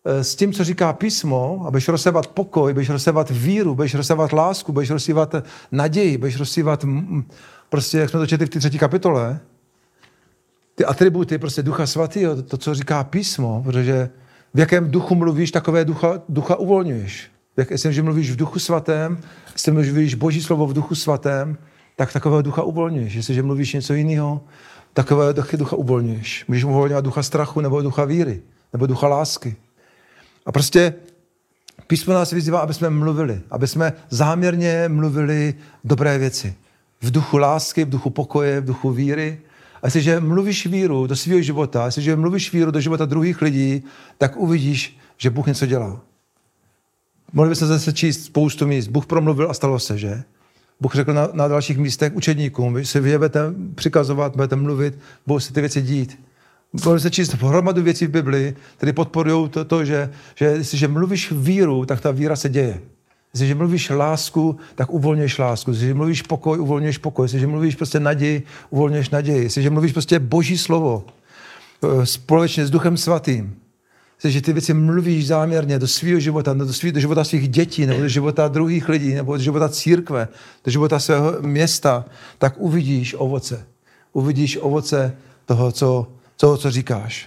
s tím, co říká písmo, a budeš rozsévat pokoj, budeš rozsévat víru, budeš rozsévat lásku, budeš rozsévat naději, budeš rozsévat, prostě, jak jsme to četli v té 3. kapitole, ty atributy prostě Ducha Svatého, to, co říká písmo, protože v jakém duchu mluvíš, takové ducha uvolňuješ. Jestli mluvíš v Duchu Svatém, jestli mluvíš Boží slovo v Duchu Svatém, tak takového ducha uvolňuješ. Jestliže mluvíš něco jiného, takového ducha uvolňuješ. Můžeš uvolňovat ducha strachu, nebo ducha víry, nebo ducha lásky. A prostě písmo nás vyzývá, aby jsme mluvili, aby jsme záměrně mluvili dobré věci. V duchu lásky, v duchu pokoje, v duchu víry. A jestliže mluvíš víru do svého života, jestliže mluvíš víru do života druhých lidí, tak uvidíš, že Bůh něco dělá. Mohli bychom zase číst spoustu míst. Bůh promluvil a stalo se, že? Bůh řekl na dalších místech učedníkům, vy si budete přikazovat, budete mluvit, budou se ty věci dít. Mohli se číst hromadu věcí v Biblii, které podporují to, že jestliže mluvíš víru, tak ta víra se děje. Jestliže mluvíš lásku, tak uvolňuješ lásku. Jestliže mluvíš pokoj, uvolňuješ pokoj. Jestliže mluvíš prostě naději, uvolňuješ naději. Jestliže mluvíš prostě Boží slovo společně s Duchem Svatým, že ty věci mluvíš záměrně do svého života, do života svých dětí, nebo do života druhých lidí, nebo do života církve, do života svého města, tak uvidíš ovoce. Uvidíš ovoce toho, co říkáš.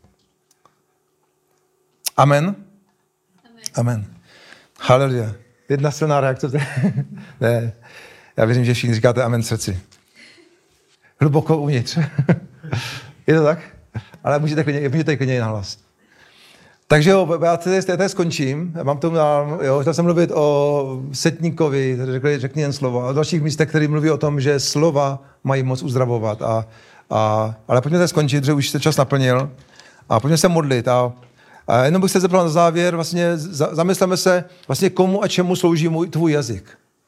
Amen? Amen. Haleluja. Jedna silná reakce. Ne, já věřím, že všichni říkáte amen v srdci. Hluboko uvnitř. Je to tak? Ale můžete klidně i nahlas. Takže jo, já tady skončím. Mám tomu chtěl jsem mluvit o setníkovi, řekni jen slovo. A o dalších místech, který mluví o tom, že slova mají moc uzdravovat. Ale pojďme tady skončit, že už se čas naplnil. A pojďme se modlit. A jenom bych se zeptal na závěr, vlastně zamysleme se, vlastně komu a čemu slouží tvůj jazyk.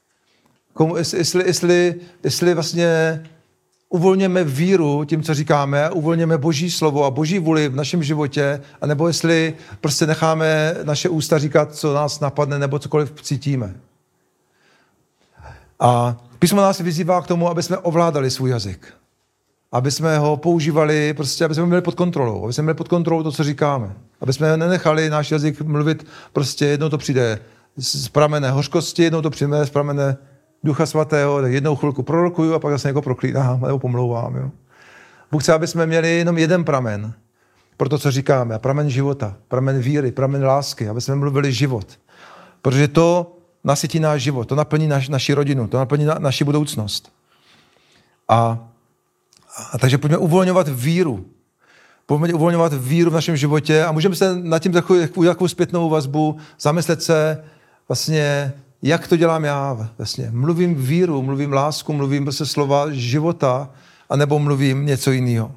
Jestli vlastně uvolněme víru tím, co říkáme, uvolněme Boží slovo a Boží vůli v našem životě, anebo jestli prostě necháme naše ústa říkat, co nás napadne, nebo cokoliv cítíme. A písmo nás vyzývá k tomu, aby jsme ovládali svůj jazyk. Aby jsme ho používali, prostě, aby jsme měli pod kontrolou. Aby jsme měli pod kontrolou to, co říkáme. Aby jsme nenechali náš jazyk mluvit, prostě jednou to přijde z pramene hořkosti, jednou to přijde z pramene Ducha Svatého, tak jednou chvilku prorokuju a pak zase někoho proklínám nebo pomlouvám. Jo. Bůh chce, aby jsme měli jenom jeden pramen pro to, co říkáme. Pramen života, pramen víry, pramen lásky, aby jsme mluvili život. Protože to nasytí náš život, to naplní naši rodinu, to naplní naši budoucnost. A takže pojďme uvolňovat víru. Pojďme uvolňovat víru v našem životě a můžeme se nad tím takovou zpětnou vazbu zamyslet se vlastně, jak to dělám já vlastně. Mluvím víru, mluvím lásku, mluvím prostě slova života, anebo mluvím něco jiného.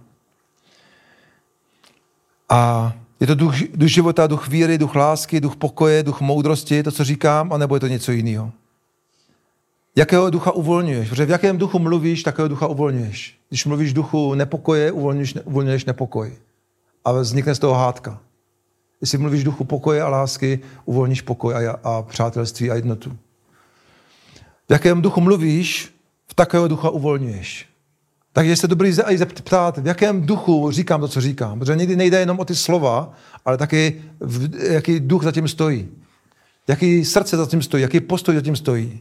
A je to duch života, duch víry, duch lásky, duch pokoje, duch moudrosti, to, co říkám, anebo je to něco jiného. Jakého ducha uvolňuješ? Protože v jakém duchu mluvíš, takého ducha uvolňuješ. Když mluvíš duchu nepokoje, uvolňuješ nepokoj. A vznikne z toho hádka. Jestli mluvíš duchu pokoje a lásky, uvolníš pokoj a přátelství a jednotu. V jakém duchu mluvíš, v takového ducha uvolňuješ. Takže je dobrý se zeptat, v jakém duchu říkám to, co říkám. Protože někdy nejde jenom o ty slova, ale taky jaký duch za tím stojí. Jaký srdce za tím stojí, jaký postoj za tím stojí.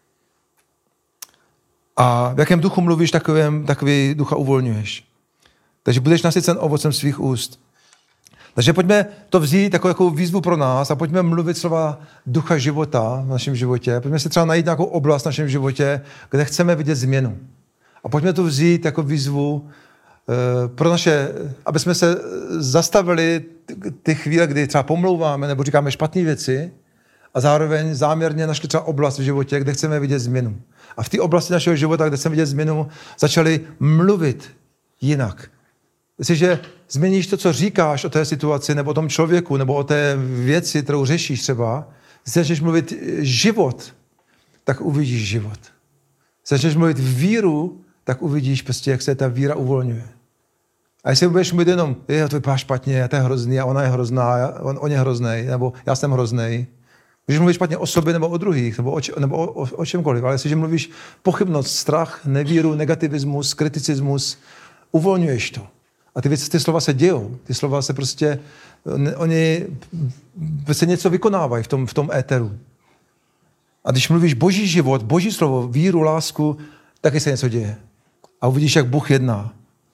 A v jakém duchu mluvíš, takový ducha uvolňuješ. Takže budeš nasycen ovocem svých úst. Takže pojďme to vzít jako výzvu pro nás a pojďme mluvit slova ducha života v našem životě. Pojďme si třeba najít nějakou oblast v našem životě, kde chceme vidět změnu. A pojďme to vzít jako výzvu pro aby jsme se zastavili ty chvíle, kdy třeba pomlouváme nebo říkáme špatné věci a zároveň záměrně našli třeba oblast v životě, kde chceme vidět změnu. A v té oblasti našeho života, kde chceme vidět změnu, začali mluvit jinak. Jestliže změníš to, co říkáš o té situaci, nebo o tom člověku, nebo o té věci, kterou řešíš třeba, jestli začneš mluvit život, tak uvidíš život. Jestli začneš mluvit víru, tak uvidíš prostě, jak se ta víra uvolňuje. A jestli budeš mluvit jenom, to vypadá špatně, to je hrozný, a ona je hrozná, on je hroznej, nebo já jsem hroznej. Když mluvíš špatně o sobě nebo o druhých, nebo o čemkoliv, ale jestliže mluvíš pochybnost, strach, nevíru, negativismus, kriticismus, uvolňuješ to. A ty slova se dějou. Ty slova se prostě, oni se něco vykonávají v tom éteru. A když mluvíš Boží život, Boží slovo, víru, lásku, taky se něco děje. A uvidíš, jak Bůh jedná.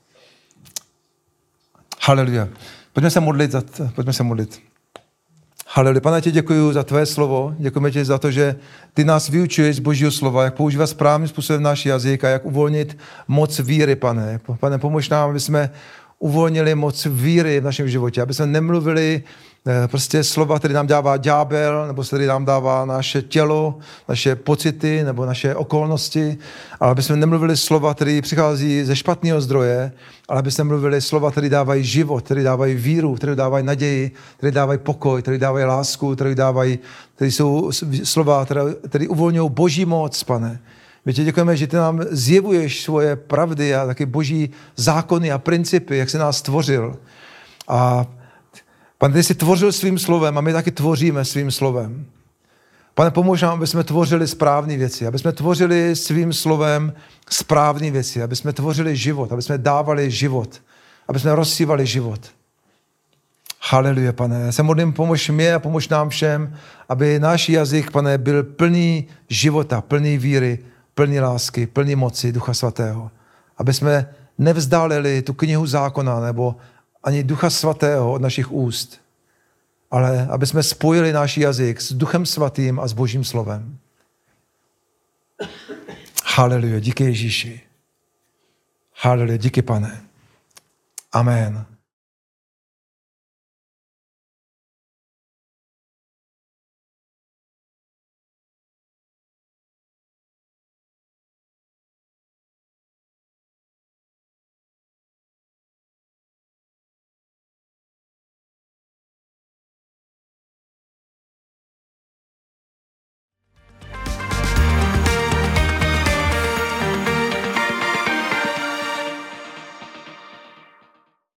Haleluja. Pojďme se modlit. Haleluja. Pane, tě děkuji za tvé slovo. Děkujeme ti za to, že ty nás vyučuješ z Božího slova, jak používat správným způsobem náš jazyk a jak uvolnit moc víry, pane. Pane, pomož nám, aby jsme uvolnili moc víry v našem životě, aby jsme nemluvili prostě slova, které nám dává ďábel, nebo které nám dává naše tělo, naše pocity, nebo naše okolnosti, ale aby jsme nemluvili slova, které přichází ze špatného zdroje, ale aby jsme mluvili slova, které dávají život, které dávají víru, které dávají naději, které dávají pokoj, které dávají lásku, které jsou slova, které uvolňují Boží moc, pane. My ti děkujeme, že ty nám zjevuješ svoje pravdy a taky Boží zákony a principy, jak jsi nás stvořil. A Pane, ty jsi tvořil svým slovem a my taky tvoříme svým slovem. Pane, pomož nám, aby jsme tvořili správné věci, aby jsme tvořili svým slovem správné věci, aby jsme tvořili život, aby jsme dávali život, aby jsme rozsívali život. Haleluja, pane. Já se modlím, pomož mě a pomož nám všem, aby náš jazyk, pane, byl plný života, plný víry, plný lásky, plný moci Ducha Svatého. Aby jsme nevzdálili tu knihu zákona nebo ani Ducha Svatého od našich úst, ale aby jsme spojili náš jazyk s Duchem Svatým a s Božím slovem. Haleluja, díky Ježíši. Haleluja, díky, pane. Amen.